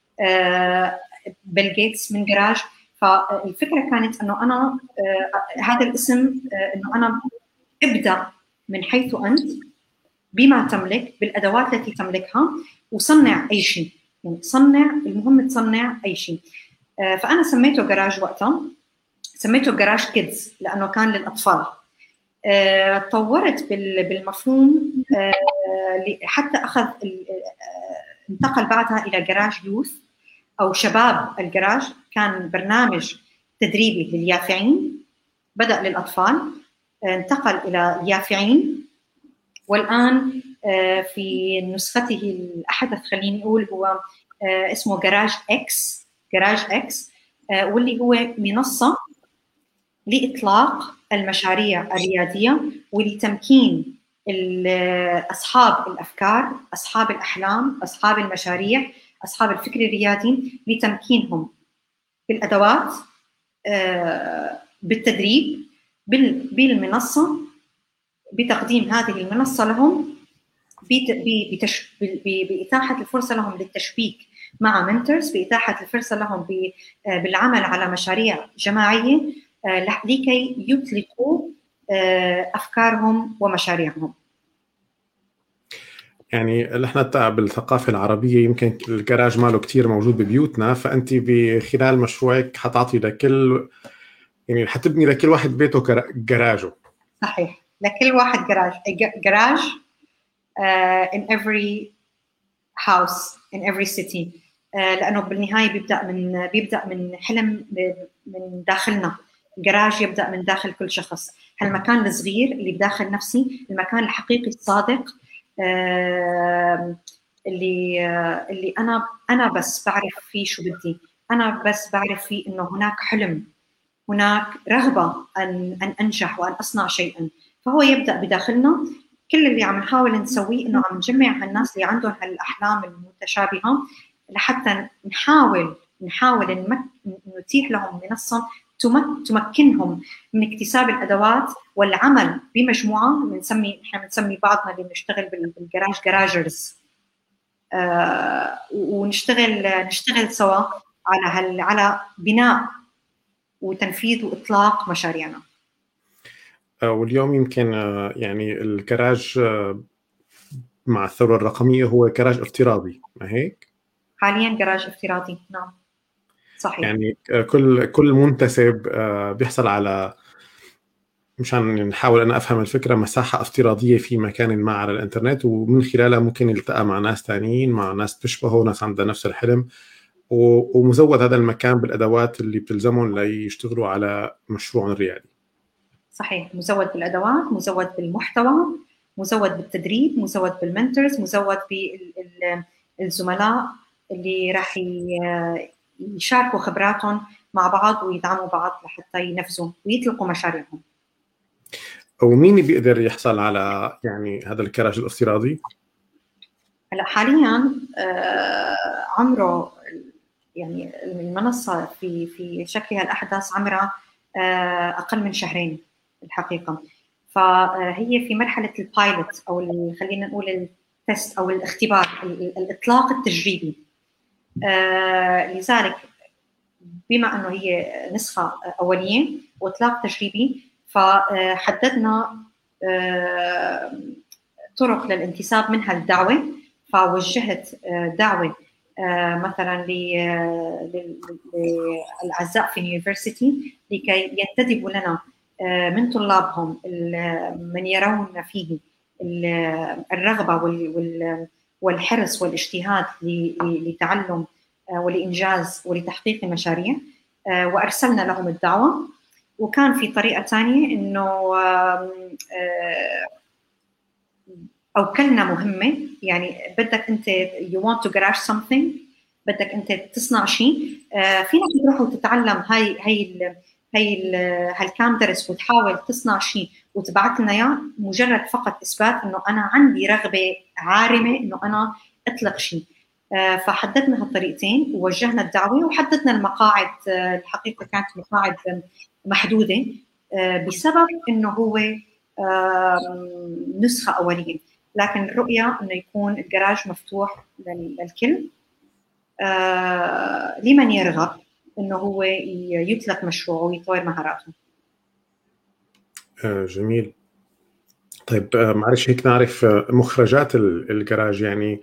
بيل جيتس من جراج. فالفكره كانت انه انا هذا الاسم، انه انا ابدا من حيث انت، بما تملك، بالادوات التي تملكها، وصنع اي شيء. يعني صنع، المهم تصنع اي شيء. فانا سميته جراج وقتها، سميته جراج كيدز لانه كان للاطفال. طورت بالمفهوم حتى اخذ انتقل بعدها الى جراج يوث او شباب الجراج. كان برنامج تدريبي لليافعين، بدأ للاطفال، انتقل الى اليافعين، والان في نسخته الاحدث خليني اقول هو اسمه جراج اكس، واللي هو منصه لإطلاق المشاريع الريادية ولتمكين أصحاب الأفكار، أصحاب الأحلام، أصحاب المشاريع، أصحاب الفكر الريادي، لتمكينهم بالأدوات، بالتدريب، بالمنصة، بتقديم هذه المنصة لهم، بإتاحة الفرصة لهم للتشبيك مع منتورز، بإتاحة الفرصة لهم بالعمل على مشاريع جماعية لكي يطلقوا أفكارهم ومشاريعهم. يعني نحن بالثقافة العربية يمكن الجراج ماله كتير موجود ببيوتنا، فأنت بخلال مشروعك حتعطي لكل، يعني حتبني لكل واحد بيته جراجه. صحيح، لكل واحد جراج in every house in every city. لانه بالنهايه بيبدا من حلم من داخلنا. الجراج يبدا من داخل كل شخص. هالمكان الصغير اللي بداخل نفسي، المكان الحقيقي الصادق، اللي انا بس بعرف فيه شو بدي، انا بس بعرف فيه انه هناك حلم، هناك رغبه ان انجح وان اصنع شيئا. فهو يبدا بداخلنا. كل اللي عم نحاول نسويه انه عم نجمع هالناس اللي عندهم هالاحلام المتشابهه، لحتى نحاول نتيح لهم منصه تمكنهم من اكتساب الادوات والعمل بمجموعه. نحن بنسمي بعضنا اللي بنشتغل بالجراج جراجرز، ونشتغل سوا على بناء وتنفيذ واطلاق مشاريعنا. واليوم يمكن يعني الجراج مع الثوره الرقميه هو جراج افتراضي، ما هيك؟ حاليا جراج افتراضي، نعم صحيح. يعني كل منتسب بيحصل على، مشان نحاول أنا أفهم الفكرة، مساحة افتراضية في مكان ما على الإنترنت، ومن خلالها ممكن يلتقى مع ناس تانيين، مع ناس تشبهه، ناس عندها نفس الحلم، ومزود هذا المكان بالأدوات اللي بتلزمهم ليشتغلوا على مشروع ريادي. صحيح، مزود بالأدوات، مزود بالمحتوى، مزود بالتدريب، مزود بالمنتورز، مزود بالزملاء اللي راح يشاركوا خبراتهم مع بعض ويدعموا بعض لحتى ينفذوا ويطلقوا مشاريعهم. ومين بيقدر يحصل على يعني هذا الكراج الافتراضي؟ هلا حاليا عمره يعني المنصة في شكلها الأحدث عمرها أقل من شهرين الحقيقة. فهي في مرحلة البايلوت أو خلينا نقول التست أو الاختبار، الإطلاق التجريبي. لذلك بما أنه هي نسخة أولية وإطلاق تجريبي، فحددنا طرق للانتساب منها الدعوة. فوجهت دعوة مثلا للأعزاء في اليونيفرسيتي لكي ينتدبوا لنا من طلابهم من يرون فيه الرغبة والحرص والاجتهاد لتعلم ولإنجاز ولتحقيق مشاريع، وأرسلنا لهم الدعوة. وكان في طريقة ثانية إنه أوكلنا مهمة، يعني بدك أنت you want to garage something، بدك أنت تصنع شيء، فينك تروح وتتعلم هالكام درس وتحاول تصنع شيء وتبعت لنا إياه، مجرد فقط إثبات إنه أنا عندي رغبة عارمة إنه أنا أطلق شيء. فحددنا هالطريقتين ووجهنا الدعوة وحددنا المقاعد. الحقيقة كانت مقاعد محدودة بسبب إنه هو نسخة أولية، لكن الرؤية إنه يكون الجراج مفتوح للكل لمن يرغب إنه هو يطلق مشروعه ويطور مهاراته. جميل. طيب معلش هيك نعرف مخرجات الجراج، يعني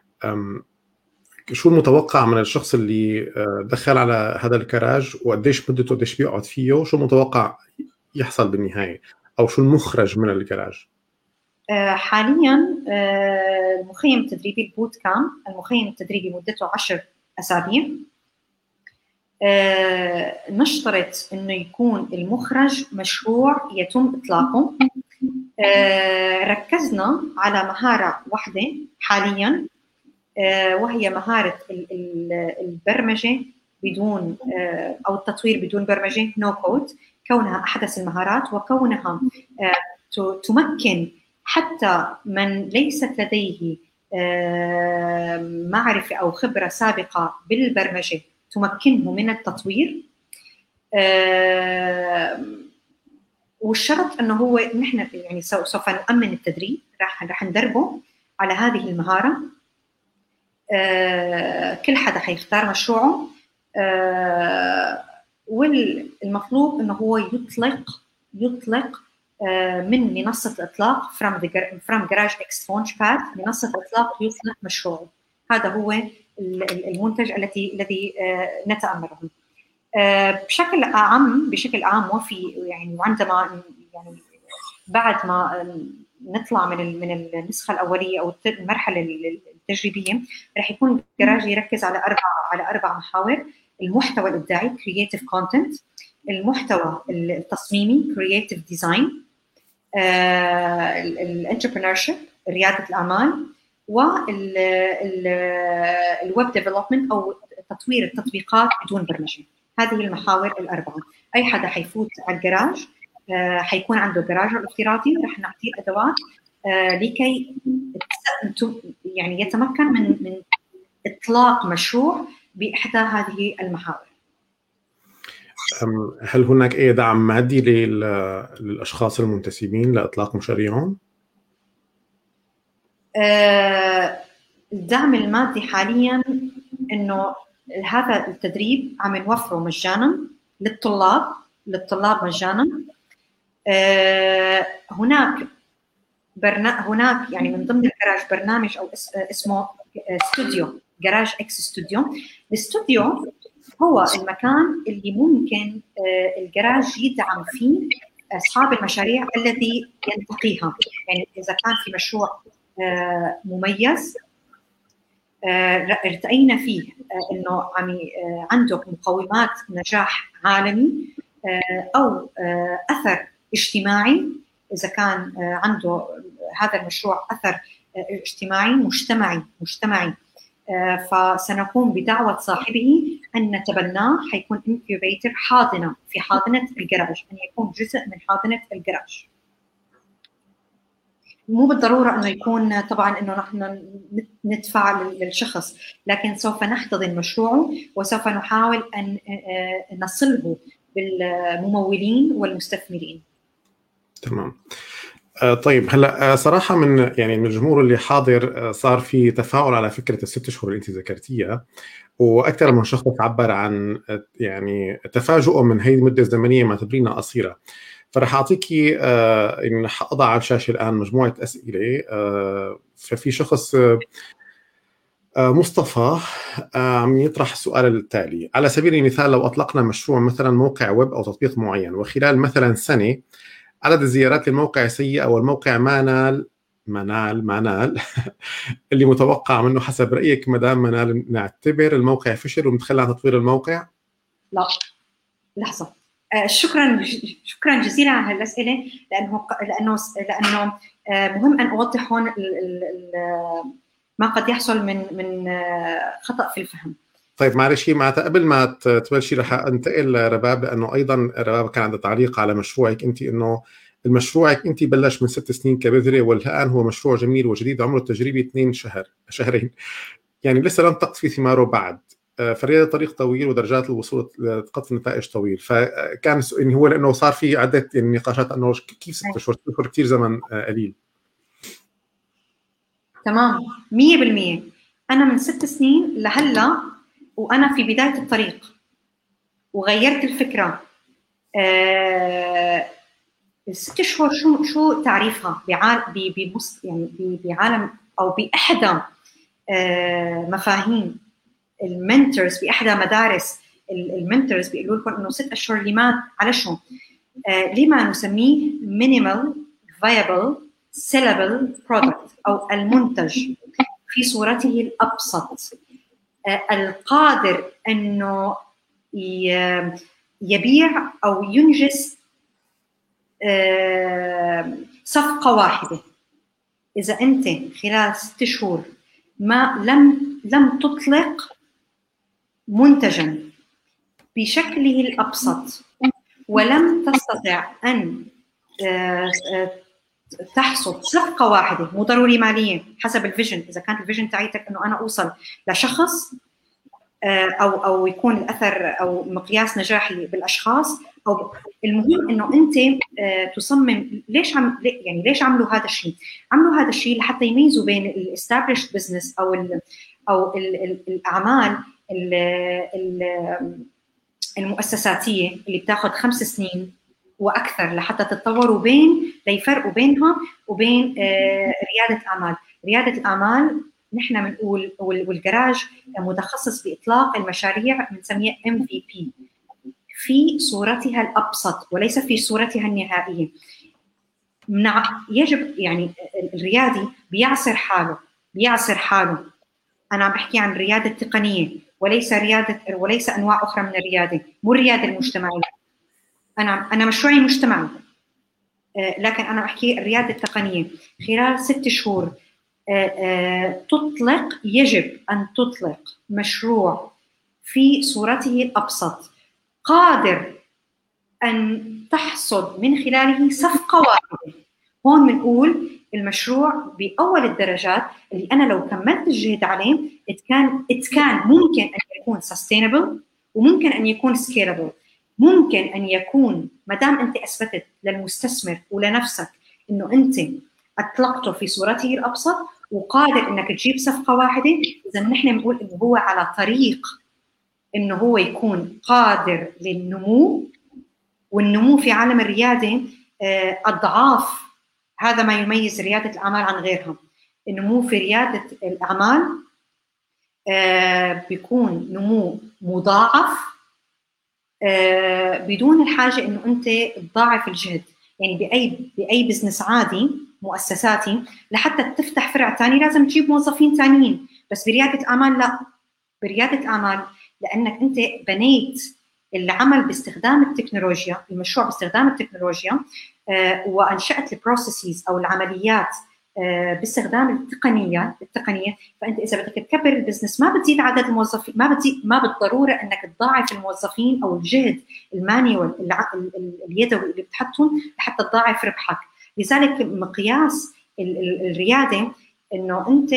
شو المتوقع من الشخص اللي دخل على هذا الجراج، وقديش مدته، قديش بيقعد فيه، شو المتوقع يحصل بالنهاية، أو شو المخرج من الجراج؟ حاليا المخيم التدريبي البوت كامب، المخيم التدريبي مدته 10 أسابيع. نشترط إنه يكون المخرج مشروع يتم إطلاقه. ركزنا على مهارة واحدة حاليا، وهي مهارة البرمجة بدون أو التطوير بدون برمجة، نو كود. كونها أحدث المهارات، وكونها تمكن حتى من ليست لديه معرفة أو خبرة سابقة بالبرمجة، تمكنه من التطوير. والشرط أنه هو نحن يعني سوف نؤمن التدريب، راح ندربه على هذه المهارة. كل حدا حيختار مشروعه، والمطلوب انه هو يطلق من منصه الاطلاق from GarageX Launchpad، منصه الاطلاق يطلق مشروعه. هذا هو المنتج الذي نتامله بشكل عام وفي يعني. وعندما يعني بعد ما نطلع من النسخه الاوليه او المرحله التجريبيه، رح يكون الجراج يركز على اربع محاور: المحتوى الابداعي creative content، المحتوى التصميمي creative design، الانتربرينورشيب رياده الاعمال، والويب ديفلوبمنت او تطوير التطبيقات بدون برمجه. هذه المحاور الاربعه. اي حدا حيفوت على الجراج حيكون عنده جراج الافتراضي، رح نعطيه ادوات لكي يعني يتمكن من اطلاق مشروع باحدى هذه المحاور. هل هناك اي دعم مادي للاشخاص المنتسبين لاطلاق مشاريعهم؟ الدعم المادي حاليا انه هذا التدريب عم نوفره مجانا للطلاب مجانا. هناك يعني من ضمن الجراج برنامج او اسمه استوديو، جراج اكس استوديو. الاستوديو هو المكان اللي ممكن الجراج يدعم فيه اصحاب المشاريع الذي ينتقيها. يعني اذا كان في مشروع مميز ارتأينا فيه انه عنده مقومات نجاح عالمي او اثر اجتماعي، اذا كان عنده هذا المشروع اثر اجتماعي مجتمعي، فسنقوم بدعوة صاحبه أن نتبناه. حيكون انكيوبيتر، حاضنة في حاضنة الجراج، أن يكون جزء من حاضنة الجراج. مو بالضرورة أنه يكون طبعاً أنه نحن ندفع للشخص، لكن سوف نحتضن مشروعه وسوف نحاول أن نصله بالممولين والمستثمرين. تمام. طيب هلا صراحه من الجمهور اللي حاضر صار في تفاعل على فكره ال6 شهور اللي انت ذكرتيها، واكثر من شخص عبر عن تفاجؤه من هي المده الزمنيه ما تبرينا قصيره. فرح اعطيكي رح اضع على الشاشه الان مجموعه اسئله. ففي شخص مصطفى عم يطرح السؤال التالي: على سبيل المثال لو اطلقنا مشروع مثلا موقع ويب او تطبيق معين، وخلال مثلا سنه عدد الزيارات للموقع سيء او الموقع ما نال اللي متوقع منه، حسب رايك مدام ما نال نعتبر الموقع فشل ونتخلى عن تطوير الموقع؟ لا، لحظه. شكرا جزيلا على هالاسئله، لانه مهم ان اوضح هون ما قد يحصل من خطا في الفهم. طيب معلش، معناتها قبل ما تبلشي رح انتقل لرباب، لانه ايضا رباب كان عندها تعليق على مشروعك انت، انه مشروعك انت بلش من 6 سنين كبذره، والان هو مشروع جميل وجديد عمره التجريبي 2 شهرين، يعني لسه لم تقطفي ثماره بعد. فريادة طريق طويل ودرجات الوصول لقطف نتائج طويل. فكان هو لانه صار في عده نقاشات انه كيف 6 شهور كثير زمن قليل. تمام 100%. انا من 6 سنين لهلا وانا في بدايه الطريق وغيرت الفكره. ال6 شهور شو تعريفها بعالم او باحدى مفاهيم المنتورز، باحدى مدارس المنتورز بيقولوا لكم انه 6 اشهر لما على شو؟ لما نسميه minimal viable sellable product او المنتج في صورته الابسط، القادر انه يبيع او ينجز صفقه واحده. اذا انت خلال 6 شهور ما لم تطلق منتجا بشكله الابسط ولم تستطع ان تحصد صفقه واحده، مو ضروري ماليه، حسب الفيجن. اذا كانت الفيجن تاعتك انه انا اوصل لشخص او يكون الاثر او مقياس نجاحي بالاشخاص، او المهم انه انت تصمم. ليش عملوا هذا الشيء؟ عملوا هذا الشيء لحتى يميزوا بين الاستابليشد بزنس او الاعمال المؤسساتيه اللي بتاخذ 5 سنين واكثر لحتى تتطوروا، ليفرقوا بينها وبين رياده الاعمال. رياده الاعمال نحن بنقول والجراج متخصص باطلاق المشاريع، بنسميه MVP في صورتها الابسط وليس في صورتها النهائيه. يجب يعني الريادي بيعصر حاله. انا عم بحكي عن الرياده التقنيه وليس انواع اخرى من الرياده، مو الرياده المجتمعيه. انا مشروعي مجتمعي، لكن انا احكي الرياده التقنيه. خلال 6 شهور يجب ان تطلق مشروع في صورته الابسط، قادر ان تحصد من خلاله صفقه واحده. هون بنقول المشروع باول الدرجات اللي انا لو كملت الجهد عليه كان ممكن ان يكون sustainable، وممكن ان يكون scalable. ممكن ان يكون ما دام انت اثبتت للمستثمر ولنفسك انه انت اطلقته في صورته الابسط وقادر انك تجيب صفقه واحده، اذا نحن بنقول انه هو على طريق انه هو يكون قادر للنمو. والنمو في عالم الرياده اضعاف، هذا ما يميز رياده الاعمال عن غيرها. النمو في رياده الاعمال بيكون نمو مضاعف بدون الحاجه انه انت تضاعف الجهد. يعني باي بزنس عادي مؤسساتي لحتى تفتح فرع ثاني لازم تجيب موظفين ثانيين، بس برياده الاعمال لا. برياده الاعمال لانك انت بنيت العمل باستخدام التكنولوجيا، المشروع باستخدام التكنولوجيا، وانشات البروسيسز او العمليات باستخدام التقنيه. فانت اذا بدك تكبر البزنس ما بتزيد عدد الموظفين، ما بالضروره انك تضاعف الموظفين او الجهد المانيوال اليدوي اللي بتحطهم لحتى تضاعف ربحك. لذلك مقياس الرياده انه انت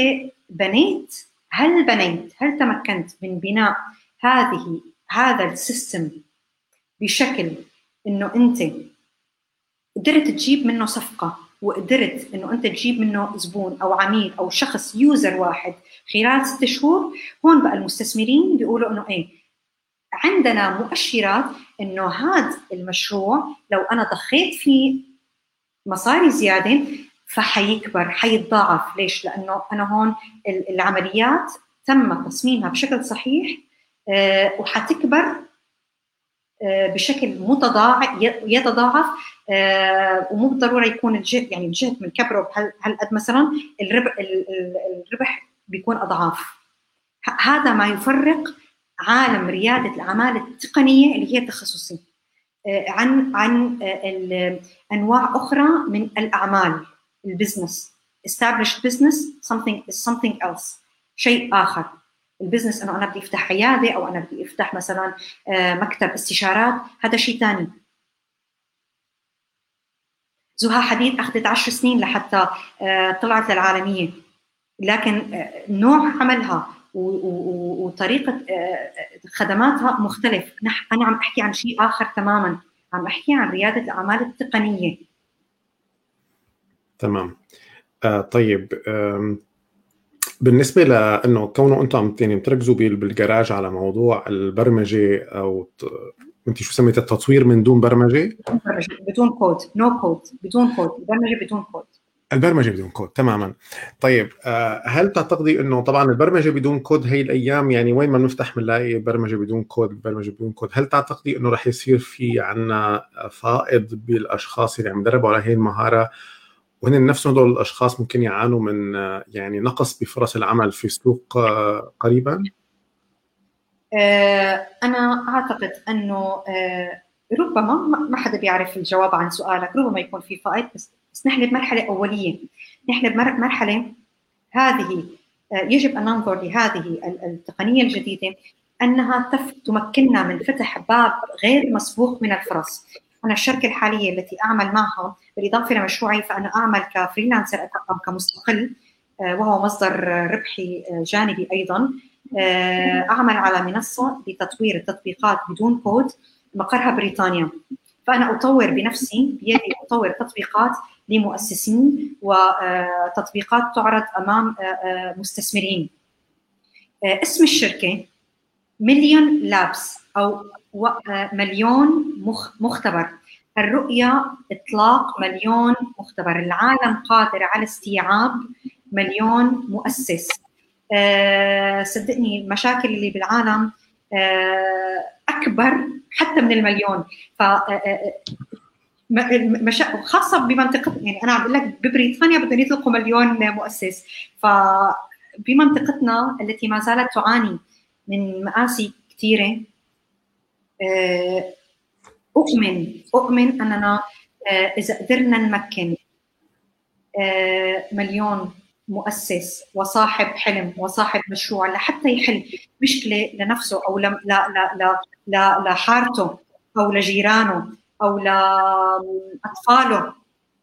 هل تمكنت من بناء هذا السيستم بشكل انه انت قدرت تجيب منه صفقه، وقدرت انه انت تجيب منه زبون او عميل او شخص يوزر واحد خلال 6 شهور. هون بقى المستثمرين بيقولوا انه ايه، عندنا مؤشرات انه هذا المشروع لو انا ضخيت فيه مصاري زياده فحيكبر، حيتضاعف. ليش؟ لانه انا هون العمليات تم تصميمها بشكل صحيح وحتكبر بشكل يتضاعف، ومو بالضروره يكون الجهد، يعني الجهد من كبره بهالقد مثلا الربح بيكون اضعاف. هذا ما يفرق عالم رياده الاعمال التقنيه اللي هي تخصصي عن انواع اخرى من الاعمال. البزنس established business something else، شيء اخر. البزنس انه انا بدي افتح عياده او انا بدي افتح مثلا مكتب استشارات، هذا شيء ثاني. زها حديد اخذت 10 سنين لحتى طلعت للعالميه، لكن نوع عملها وطريقه خدماتها مختلف. انا عم احكي عن شيء اخر تماما، عم احكي عن رياده الاعمال التقنيه. تمام. طيب، بالنسبه لانه كونه انتم عم تركزوا بالجراج على موضوع البرمجه، او انت شو سميت التطوير من دون برمجه؟ بدون كود، نو كود، بدون كود، البرمجه بدون كود. البرمجه بدون كود، تماما. طيب، هل تعتقدي انه طبعا البرمجه بدون كود هي الايام، يعني وين ما نفتح بنلاقي برمجه بدون كود، برمجه بدون كود، هل تعتقدي انه رح يصير في عنا فائض بالاشخاص اللي عم يدربوا على هي المهاره، وهن نفسهم هذول الاشخاص ممكن يعانوا من يعني نقص بفرص العمل في السوق قريبا؟ انا اعتقد انه ربما ما حدا بيعرف الجواب عن سؤالك، ربما يكون في فائض، بس نحن بمرحله اوليه. نحن بمرحله هذه يجب ان ننظر لهذه التقنيه الجديده انها تمكننا من فتح باب غير مسبوق من الفرص. انا الشركه الحاليه التي اعمل معها بالاضافه لمشروعي، فانا اعمل كفريلانسر او كمستقل، وهو مصدر ربحي جانبي ايضا. اعمل على منصه لتطوير التطبيقات بدون كود، مقرها بريطانيا. فانا اطور بنفسي بيدي، اطور تطبيقات لمؤسسين وتطبيقات تعرض امام مستثمرين. اسم الشركه مليون لابس او مليون مختبر. الرؤيه اطلاق مليون مختبر. العالم قادر على استيعاب مليون مؤسس. صدقني المشاكل اللي بالعالم اكبر حتى من المليون. ف خاصه بمنطقه، يعني انا عم بقول لك ببريطانيا بدهم يطلقوا 1,000,000 مؤسس، فبمنطقتنا التي ما زالت تعاني من مآسي كثيره، اؤمن اننا اذا قدرنا نمكن 1,000,000 مؤسس وصاحب حلم وصاحب مشروع لحتى يحل مشكله لنفسه او لحارته او لجيرانه او لاطفاله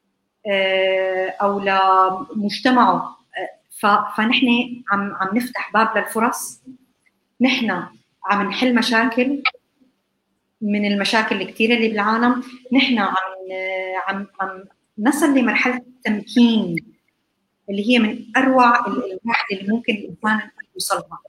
او لمجتمعه، فنحن عم نفتح باب للفرص، نحن عم نحل مشاكل من المشاكل الكثيره اللي بالعالم، نحن عم نصل لمرحله التمكين اللي هي من اروع المراحل اللي ممكن الانسان يوصلها.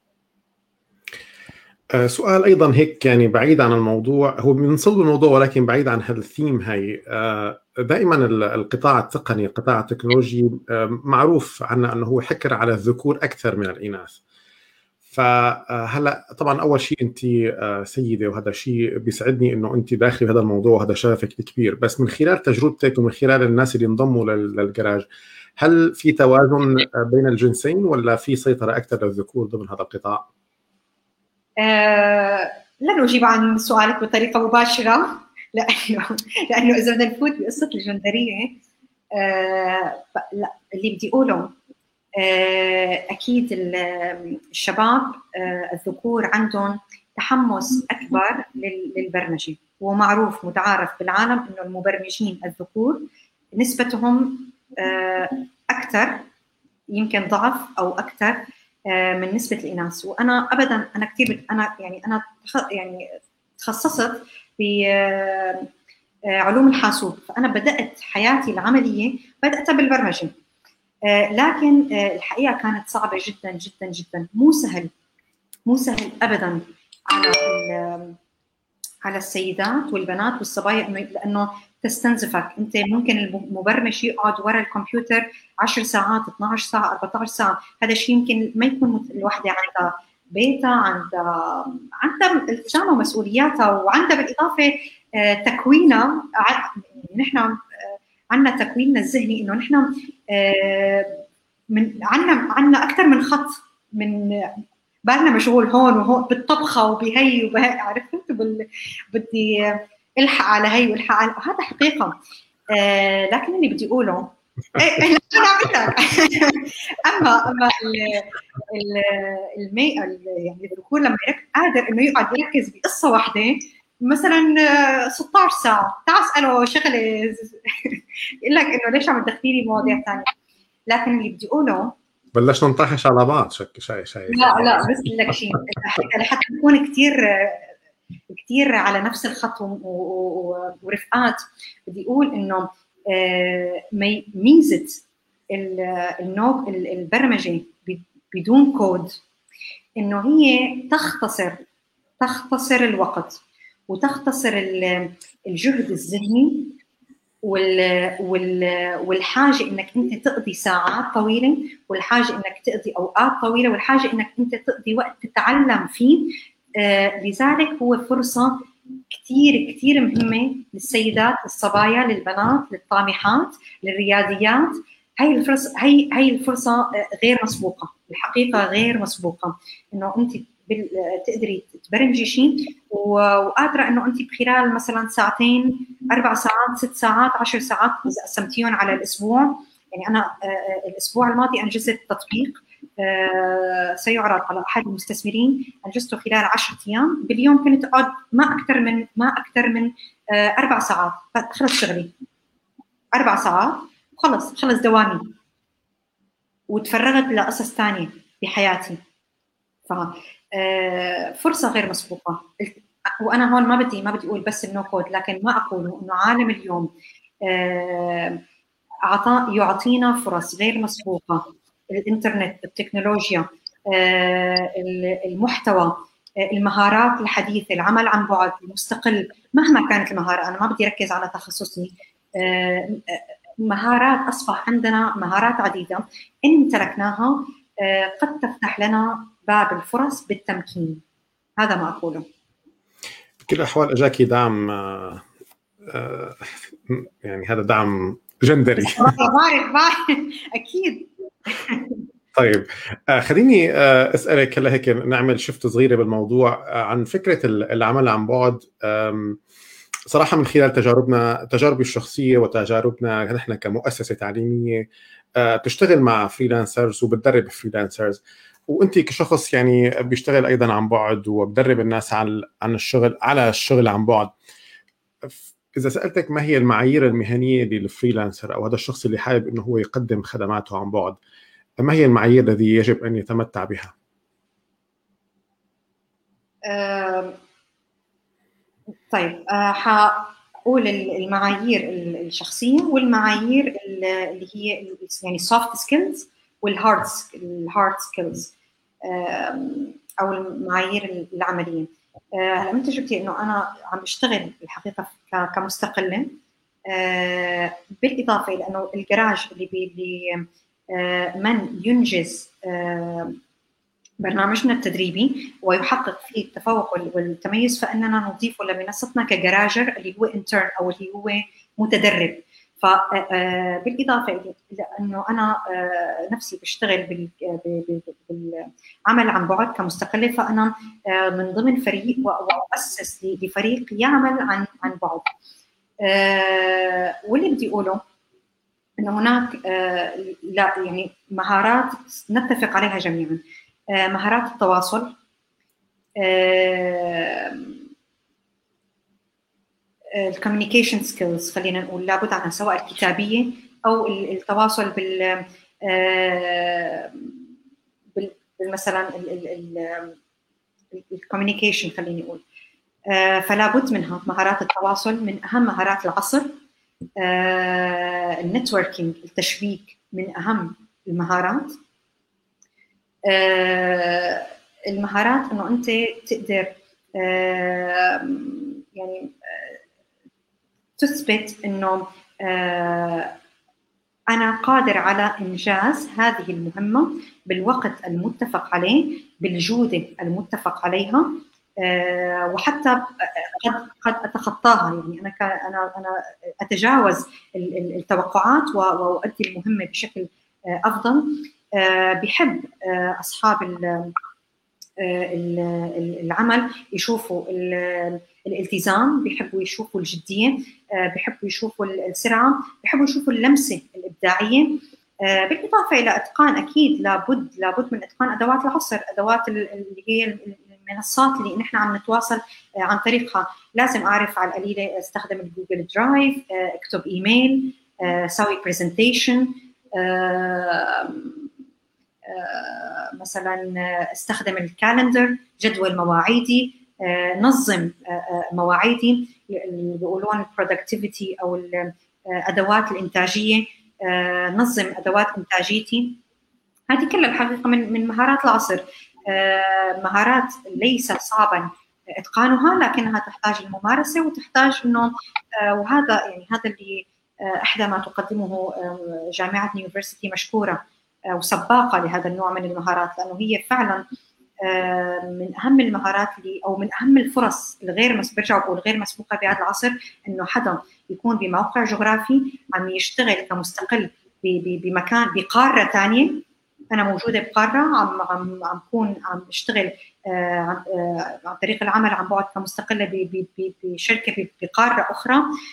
سؤال ايضا هيك يعني بعيد عن الموضوع، هو من صلب الموضوع ولكن بعيد عن هذا الثيم. هاي دائما القطاع التقني، القطاع التكنولوجي معروف عنه انه هو حكر على الذكور اكثر من الاناث. فهلا طبعا اول شيء انت سيده، وهذا شيء بيسعدني انه انت داخل هذا الموضوع، وهذا شرفك الكبير. بس من خلال تجربتك ومن خلال الناس اللي انضموا للجراج، هل في توازن بين الجنسين ولا في سيطره اكثر للذكور ضمن هذا القطاع؟ لن اجيب عن سؤالك بطريقه مباشره، لانه اذا بدنا نفوت بقصه الجندريه، لا، اللي بدي اقوله اكيد الشباب الذكور عندهم تحمس اكبر للبرمجه، ومعروف متعارف بالعالم انه المبرمجين الذكور نسبتهم اكثر، يمكن ضعف او اكثر من نسبه الاناث. وانا ابدا انا كثير انا تخصصت بعلوم الحاسوب، فانا بدات حياتي العمليه بداتها بالبرمجه، لكن الحقيقه كانت صعبه جدا جدا جدا، مو سهل ابدا على السيدات والبنات والصبايا، لانه تستنزفك انت. ممكن المبرمج يقعد ورا الكمبيوتر 10 ساعات 12 ساعه 14 ساعه، هذا الشيء يمكن ما يكون الوحده عندها بيتها، عندها التزامها ومسؤولياتها، وعندها بالاضافه تكوينها. نحن عندنا تكويننا الذهني انه نحن من عندنا اكثر من خط، من بالنا مشغول هون وهون بالطبخه وبهي وبهي، عرفت؟ بدي الحق على هي والحق على هذا حقيقه. لكن اللي بدي اقوله انا عم اما يعني الذكور لما قادر انه يقعد يركز بقصه واحده مثلا 16 ساعه، تعال اساله شغله يقول لك انه ليش عم تدخليني مواضيع ثانيه. لكن اللي بدي اقوله بلشنا نطحش على بعض شايف. لا بس لك شيء لحتى نكون كثير على نفس الخط ورفقات. بدي اقول انه ميزه البرمجه بدون كود انه هي تختصر الوقت وتختصر الجهد الذهني والحاجه انك انت تقضي ساعات طويله، والحاجه انك تقضي اوقات طويله، والحاجه انك انت تقضي وقت تتعلم فيه. لذلك هو فرصه كثير كثير مهمه للسيدات، للصبايا، للبنات، للطامحات، للرياديات. هي الفرصه غير مسبوقه، الحقيقه غير مسبوقه، انه انت تقدري تبرمجي شيء وقادره انه انت بخلال مثلا ساعتين 4 ساعات 6 ساعات 10 ساعات اذا قسمتيهم على الاسبوع. يعني انا الاسبوع الماضي انجزت تطبيق سيعرض على احد المستثمرين، انجزته خلال 10 ايام، باليوم كنت اقعد ما اكثر من 4 ساعات، خلص شغلي 4 ساعات خلص دوامي، وتفرغت لقصص ثانيه بحياتي. فرصه غير مسبوقه. وانا هون ما بدي اقول بس النو كود، لكن ما اقول انه عالم اليوم يعطينا فرص غير مسبوقه. الانترنت، التكنولوجيا، المحتوى، المهارات الحديثه، العمل عن بعد، المستقل، مهما كانت المهاره. انا ما بدي اركز على تخصصي، مهارات أصبح عندنا مهارات عديدة إن امتلكناها قد تفتح لنا باب الفرص بالتمكين. هذا ما أقوله. بكل الأحوال أجاكي دعم يعني هذا دعم جندري. بعرف اكيد. طيب خليني اسالك هلا هيك نعمل شفت صغيره بالموضوع عن فكره العمل عن بعد. صراحه من خلال تجاربي الشخصيه وتجاربنا نحن كمؤسسه تعليميه بتشتغل مع فريلانسرز وبتدرب فريلانسرز، وانت كشخص يعني بيشتغل ايضا عن بعد وبدرب الناس عن الشغل على الشغل عن بعد. إذا سألتك ما هي المعايير المهنية للفريلانسر أو هذا الشخص اللي حابب إنه هو يقدم خدماته عن بعد، ما هي المعايير التي يجب أن يتمتع بها؟ طيب حقول المعايير الشخصية والمعايير اللي هي يعني soft skills والهارد سكيلز أو المعايير العملية. هلا من تجربتي إنه أنا عم بشتغل الحقيقة كمستقلة، بالإضافة إلى إنه الجراج اللي من ينجز برنامجنا التدريبي ويحقق فيه التفوق والتميز، فإننا نضيفه لمنصتنا كجراجر اللي هو انترن أو اللي هو متدرب. فبالإضافة إلى أنه أنا نفسي بشتغل بالعمل عن بعد كمستقلة، فأنا من ضمن فريق وأؤسس لفريق يعمل عن بعد. واللي بدي أقوله إنه هناك لا يعني مهارات نتفق عليها جميعاً. مهارات التواصل، الكوميونيكيشن سكيلز خلينا نقول لابد عنها، سواء الكتابية أو التواصل مثلا الكوميونيكيشن خلينا نقول. فلا بد منها مهارات التواصل، من أهم مهارات العصر. النتوركينج، التشبيك، من أهم المهارات. المهارات انه انت تقدر يعني تثبت انه انا قادر على انجاز هذه المهمه بالوقت المتفق عليه، بالجوده المتفق عليها، وحتى قد اتخطاها. يعني انا اتجاوز التوقعات واؤدي المهمه بشكل افضل. بحب أصحاب العمل يشوفوا الالتزام، بيحبوا يشوفوا الجدية، بيحبوا يشوفوا السرعة، بيحبوا يشوفوا اللمسة الإبداعية. بالإضافة إلى إتقان، أكيد لابد من إتقان أدوات العصر، أدوات اللي هي المنصات اللي نحن عم نتواصل عن طريقها. لازم أعرف على القليلة استخدم الجوجل درايف، اكتب إيميل، سوي برزنتيشن، مثلا استخدم الكالندر، جدول مواعيدي، نظم مواعيدي، اللي بيقولون productivity او الادوات الانتاجيه، نظم ادوات انتاجيتي. هذه كلها الحقيقه من مهارات العصر، مهارات ليس صعبا اتقانها، لكنها تحتاج الممارسه وتحتاج انه وهذا يعني هذا اللي احدى ما تقدمه جامعه نيوفرسيتي، مشكوره وسباقه لهذا النوع من المهارات، لانه هي فعلا من اهم المهارات اللي او من اهم الفرص الغير برجع بقول غير مسبوقه بهذا العصر، انه حدا يكون بموقع جغرافي عم يشتغل كمستقل بمكان بقاره ثانيه. انا موجوده بقاره عم بكون عم بشتغل عن طريق العمل عن بعد كمستقله بشركه بقاره اخرى.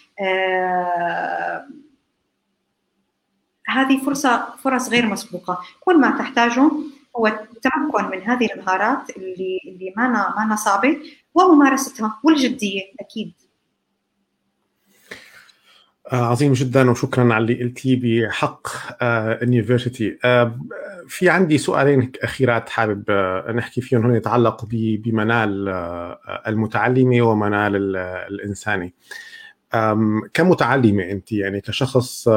هذه فرص غير مسبوقه. كل ما تحتاجه هو التمكن من هذه المهارات اللي ما صعبه، وممارستها والجديه اكيد. عظيم جدا، وشكرا على اللي قلتيه بحق اليونيفرسيتي. في عندي سؤالين اخيرات حابب نحكي فيهم، هون يتعلق بمنال المتعلمه ومنال الانساني. كمتعلمه انت يعني كشخص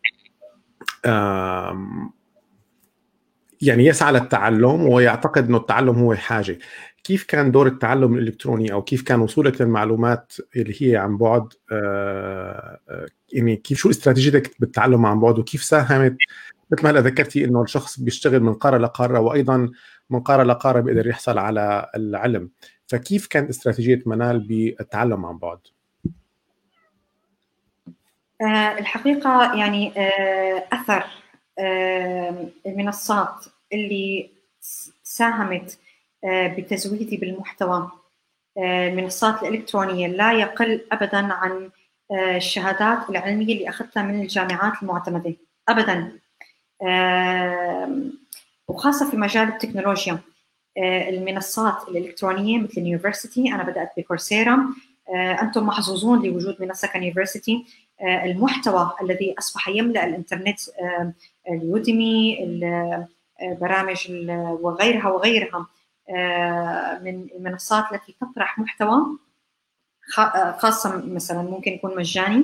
يعني يسعى للتعلم ويعتقد انه التعلم هو حاجه، كيف كان دور التعلم الالكتروني او كيف كان وصولك للمعلومات اللي هي عن بعد؟ يعني كيف شو استراتيجيتك بالتعلم عن بعد، وكيف ساهمت مثل ما هلا ذكرتي انه الشخص بيشتغل من قاره لقاره وايضا من قاره لقاره بيقدر يحصل على العلم، فكيف كانت استراتيجيه منال بالتعلم عن بعد؟ الحقيقة يعني أثر المنصات اللي ساهمت بتزويدي بالمحتوى، المنصات الإلكترونية، لا يقل أبداً عن الشهادات العلمية اللي أخذتها من الجامعات المعتمدة أبداً، وخاصة في مجال التكنولوجيا. المنصات الإلكترونية مثل اليونيفرسيتي، أنا بدأت بكورسيرا، أنتم محظوظون لوجود منصة كيونيفرسيتي. المحتوى الذي أصبح يملأ الإنترنت، اليوديمي، البرامج وغيرها من المنصات التي تطرح محتوى خاصة، مثلا ممكن يكون مجاني.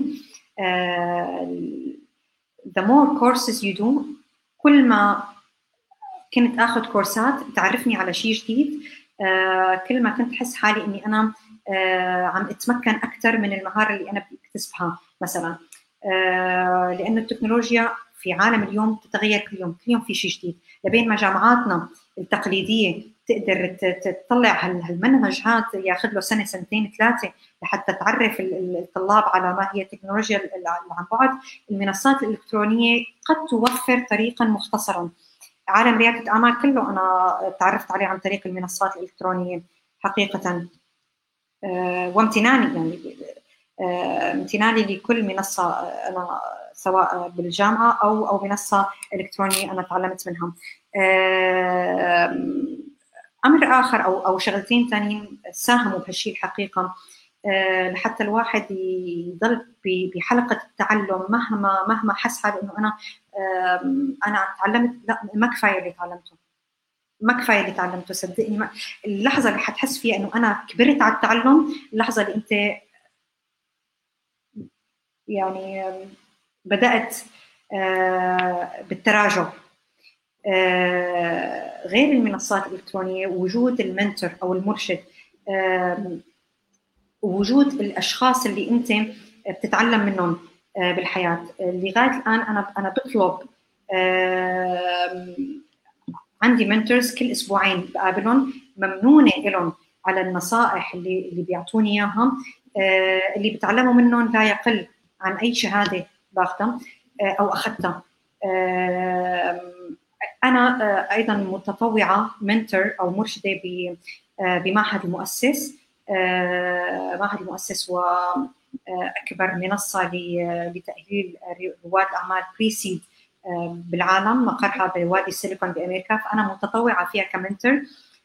the more courses you do، كل ما كنت أخذ كورسات تعرفني على شيء جديد، كل ما كنت أحس حالي إني أنا عم أتمكن أكثر من المهارة اللي أنا بكتسبها مثلا، لأن التكنولوجيا في عالم اليوم تتغير كل يوم في شيء جديد. لبين ما جامعاتنا التقليدية تقدر تطلع هالمنهج هذا ياخذ له سنة سنتين ثلاثة لحتى تعرف الطلاب على ما هي التكنولوجيا عن بعد، المنصات الإلكترونية قد توفر طريقا مختصرا. عالم ريادة الأعمال كله أنا تعرفت عليه عن طريق المنصات الإلكترونية حقيقة، وامتناني يعني امتناني لكل منصة أنا سواء بالجامعة أو منصة إلكترونية أنا تعلمت منها. أمر آخر أو شغلتين ثانيين ساهموا بهالشيء الحقيقة، لحتى الواحد يضل بحلقة التعلم مهما حس حاله إنه أنا تعلمت، لا ما كفاية اللي تعلمته صدقني. اللحظة اللي حتحس فيها إنه أنا كبرت على التعلم، اللحظة اللي أنت يعني بدأت بالتراجع. غير المنصات الإلكترونية، وجود المنتور أو المرشد، وجود الأشخاص اللي أنت بتتعلم منهم بالحياة. لغاية الآن أنا بطلب، عندي منتورز كل أسبوعين بقابلهم، ممنونة لهم على النصائح اللي بيعطوني إياها، اللي بتعلموا منهم لا يقل عن أي شهادة باخدها أو أخذتها. أنا أيضاً متطوعة منتور أو مرشدة بمعهد المؤسس. معهد المؤسس هو أكبر منصة لتأهيل رواد الأعمال بريسيد بالعالم، مقرها بوادي السيليكون بأمريكا، فأنا متطوعة فيها كمنتور.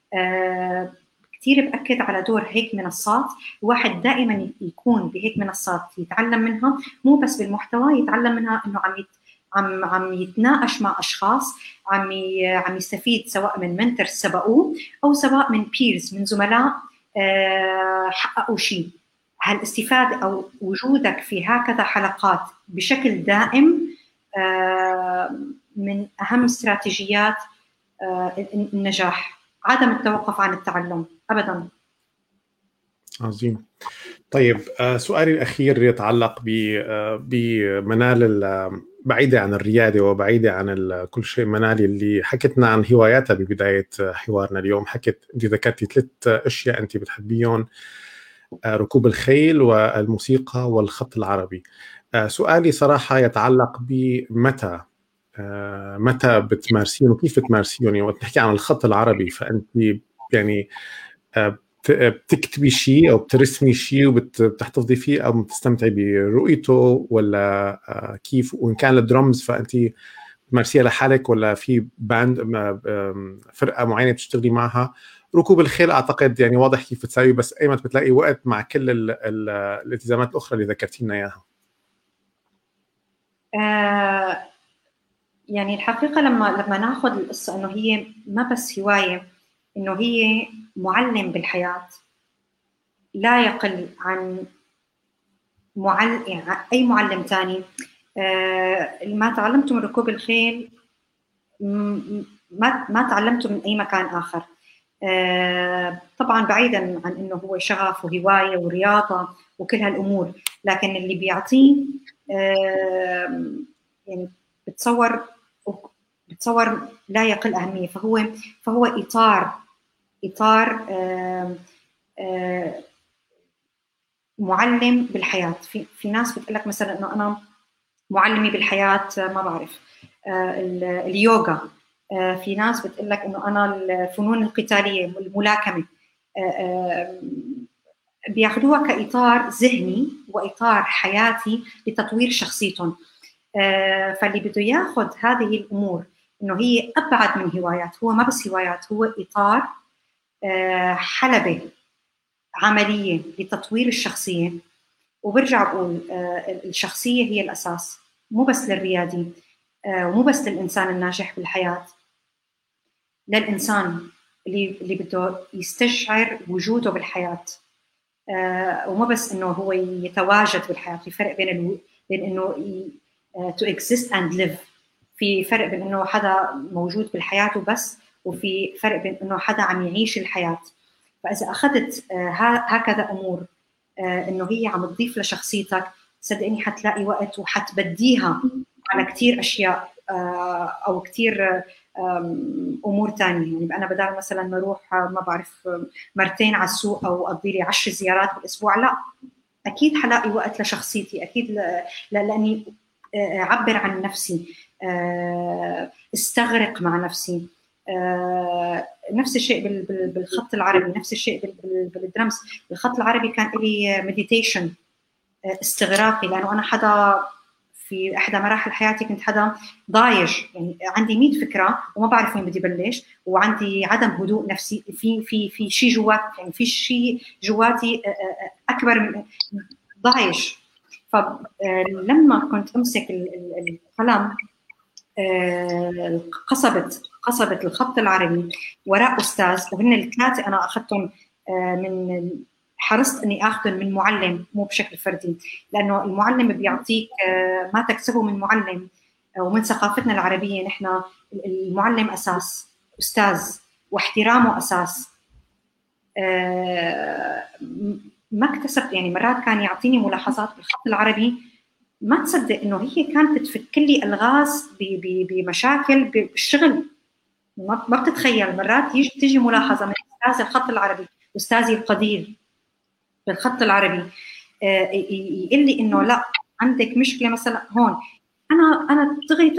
كثير بأكد على دور هيك منصات، الواحد دائما يكون بهيك منصات يتعلم منها، مو بس بالمحتوى يتعلم منها، إنه عم يتناقش مع أشخاص، عم يستفيد سواء من منتور سبقوه أو سواء من بيرز، من زملاء حققوا شيء. هالاستفادة أو وجودك في هكذا حلقات بشكل دائم من أهم استراتيجيات النجاح، عدم التوقف عن التعلم أبداً. عظيم. طيب، سؤالي الأخير يتعلق بمنال بعيدة عن الريادة وبعيدة عن كل شيء. منال اللي حكتنا عن هواياتها ببداية حوارنا اليوم، أنت ذكرتي 3 أشياء أنت بتحبيهم: ركوب الخيل والموسيقى والخط العربي. سؤالي صراحة يتعلق بمتى بتمارسين وكيف بتمارسين. يعني وقت نحكي عن الخط العربي، فأنت يعني بتكتبي شيء أو بترسمي شيء وبتحتفظي فيه، أو بتستمتعي برؤيته، ولا كيف؟ وإن كان الدرمز فأنت بتمارسيها لحالك ولا في باند فرقة معينة بتشتغلي معها؟ ركوب الخيل أعتقد يعني واضح كيف تساوي، بس أيمت بتلاقي وقت مع كل الالتزامات الأخرى اللي ذكرتي لنا إياها؟ يعني الحقيقة لما ناخذ القصة إنه هي ما بس هواية، إنه هي معلم بالحياة لا يقل عن يعني أي معلم تاني. ما تعلمته من ركوب الخيل ما تعلمته من أي مكان آخر. طبعا بعيدا عن إنه هو شغف وهواية ورياضة وكل هالأمور، لكن اللي بيعطيه يعني بتصور لا يقل أهمية. فهو إطار معلم بالحياة. في ناس بتقول لك مثلا إنه أنا معلمي بالحياة ما بعرف، اليوغا، في ناس بتقول لك إنه أنا الفنون القتالية الملاكمة، بياخدوها كإطار ذهني وإطار حياتي لتطوير شخصيتهم. فاللي بده ياخذ هذه الأمور إنه هي أبعد من هوايات، هو ما بس هوايات، هو إطار حلبة عملية لتطوير الشخصية. وبرجع بقول الشخصية هي الأساس، مو بس للريادي ومو بس للإنسان الناجح بالحياة، للإنسان اللي بده يستشعر وجوده بالحياة، وما بس إنه هو يتواجد بالحياة. في فرق بين إنه to exist and live. في فرق بين إنه حدا موجود بالحياة وبس، وفي فرق بين إنه حدا عم يعيش الحياة. فإذا أخذت هكذا أمور إنه هي عم تضيف لشخصيتك، صدقني حتلاقي وقت وحتبديها على كتير أشياء أو كتير أمور تانية. يعني أنا بدل مثلا ما أروح ما بعرف مرتين على السوق أو أقضي لي 10 زيارات بالأسبوع، لا، أكيد حلاقي وقت لشخصيتي، أكيد لأني أعبر عن نفسي، استغرق مع نفسي. نفس الشيء بالخط العربي، نفس الشيء بالدرمز. بالخط العربي كان لي مديتيشن استغراقي، لأنه أنا حدا في إحدى مراحل حياتي كنت حدا ضايج، يعني عندي 100 فكرة وما بعرف وين بدي بلش، وعندي عدم هدوء نفسي، في شيء جوات، يعني في شيء جواتي أكبر من ضايج. فلما كنت أمسك القلم، قصبة الخط العربي وراء أستاذ، وهن الثلاثة أنا أخذتهم من حرصت أني أخذهم من معلم مو بشكل فردي، لأنه المعلم بيعطيك ما تكسبه من معلم. ومن ثقافتنا العربية نحن المعلم أساس، أستاذ واحترامه أساس. ما اكتسبت، يعني مرات كان يعطيني ملاحظات بالخط العربي ما تصدق إنه هي كانت تفك لي ألغاز بمشاكل بالشغل، ما بتتخيل. مرات تيجي ملاحظة من أستاذ الخط العربي، أستاذي القدير بالخط العربي، يقول لي إنه لا عندك مشكلة مثلا هون. أنا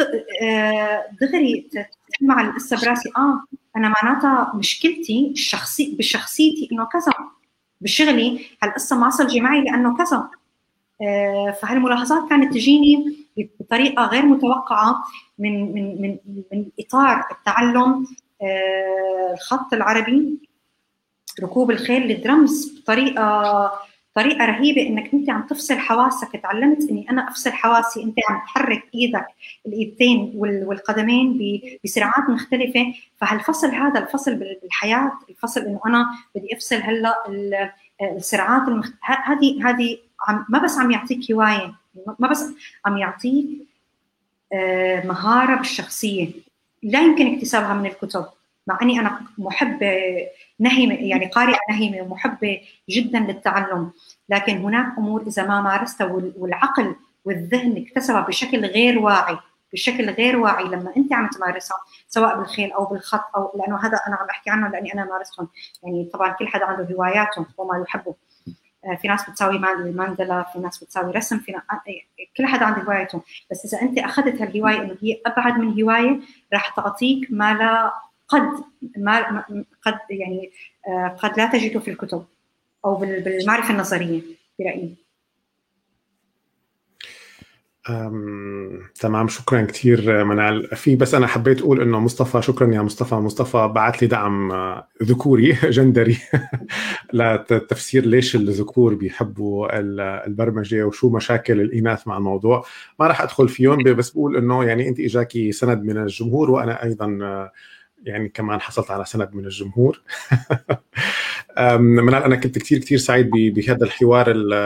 دغري تسمع القصة براسي، أنا معناتها مشكلتي بشخصيتي إنه كذا، بشغلي هالقصة ما صلجي معي لأنه كذا. فهالملاحظات كانت تجيني بطريقة غير متوقعة من إطار التعلم الخط العربي، ركوب الخيل، الدرمز، طريقة رهيبة إنك أنت عم تفصل حواسك. تعلمت إني أنا أفصل حواسي، أنت عم تحرك إيدك، الإيدتين والقدمين بسرعات مختلفة. فهالفصل هذا الفصل بالحياة، الفصل إنه أنا بدي أفصل هلا السرعات هذه ما بس عم يعطيك هواية، ما بس عم يعطيك مهارة بالشخصية لا يمكن اكتسابها من الكتب. مع أني أنا محبة نهمة، يعني قارئة نهمة ومحبة جدا للتعلم، لكن هناك أمور إذا ما مارستها والعقل والذهن اكتسبها بشكل غير واعي لما أنت عم تمارسها، سواء بالخيل أو بالخط أو لأنه هذا أنا عم أحكي عنه لأني أنا مارستهم. يعني طبعا كل حدا عنده هواياته وما يحبه. في ناس بتساوي ماندلا، في ناس بتساوي رسم، كل حدا عنده هوايته. بس إذا أنت أخذت هالهواية إنه هي أبعد من هواية، راح تعطيك ما لا قد يعني قد لا تجده في الكتب أو بالمعرفة النظرية برأيي. تمام، شكرا كثير منال. في بس أنا حبيت أقول إنه مصطفى، شكرا يا مصطفى بعت لي دعم ذكوري جندري لتفسير ليش الذكور بيحبوا البرمجة وشو مشاكل الإناث مع الموضوع. ما راح أدخل فيهم، بس بقول إنه يعني أنت إجاكي سند من الجمهور، وأنا أيضا يعني كمان حصلت على سند من الجمهور. منال، أنا كنت كتير سعيد بهذا الحوار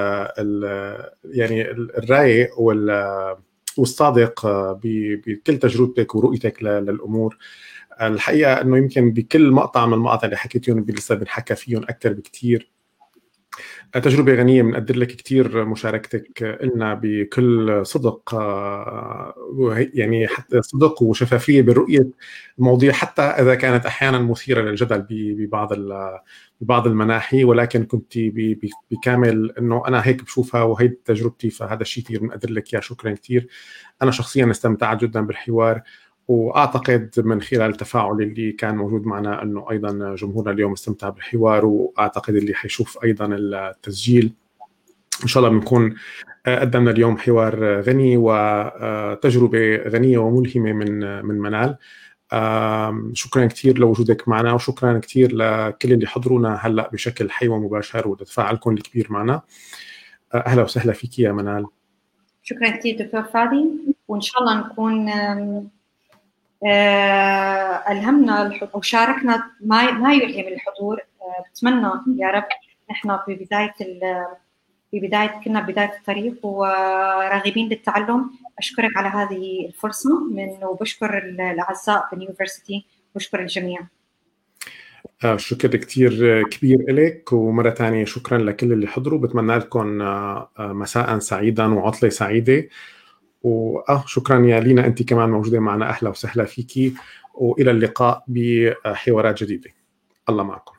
يعني الرايق والصادق بكل تجربتك ورؤيتك للأمور. الحقيقة أنه يمكن بكل مقطع من المقاطع اللي حكيتيهم لسه بنحكى فيهم أكثر بكتير. تجربة غنية. بنقدر لك كثير مشاركتك لنا بكل صدق، يعني حتى صدق وشفافية برؤية المواضيع، حتى إذا كانت أحيانا مثيرة للجدل ببعض المناحي، ولكن كنت بكامل إنه أنا هيك بشوفها وهي تجربتي. فهذا الشيء كثير بنقدر لك إياه. شكرا كثير. أنا شخصيا استمتعت جدا بالحوار، واعتقد من خلال التفاعل اللي كان موجود معنا انه ايضا جمهورنا اليوم استمتع بالحوار، واعتقد اللي حيشوف ايضا التسجيل ان شاء الله بنكون قدمنا اليوم حوار غني وتجربه غنيه وملهمه من منال. شكرا كثير لوجودك معنا، وشكرا كثير لكل اللي حضرونا هلا بشكل حي ومباشر وتفاعلكم الكبير معنا. اهلا وسهلا فيك يا منال. شكرا كثير دكتور فادي، وان شاء الله نكون ألهمنا وشاركنا ما يلهم الحضور. بتمنى يا رب نحن كنا بداية الطريق وراغبين بالتعلم. أشكرك على هذه الفرصة وبشكر الأعزاء باليونيفرسيتي، بشكر الجميع. شكر كتير كبير لك، ومرة تانية شكرا لكل اللي حضروا. بتمنى لكم مساء سعيدا وعطلة سعيدة. شكرا يا لينا، أنت كمان موجودة معنا. أهلا وسهلا فيكي، وإلى اللقاء بحوارات جديدة. الله معكم.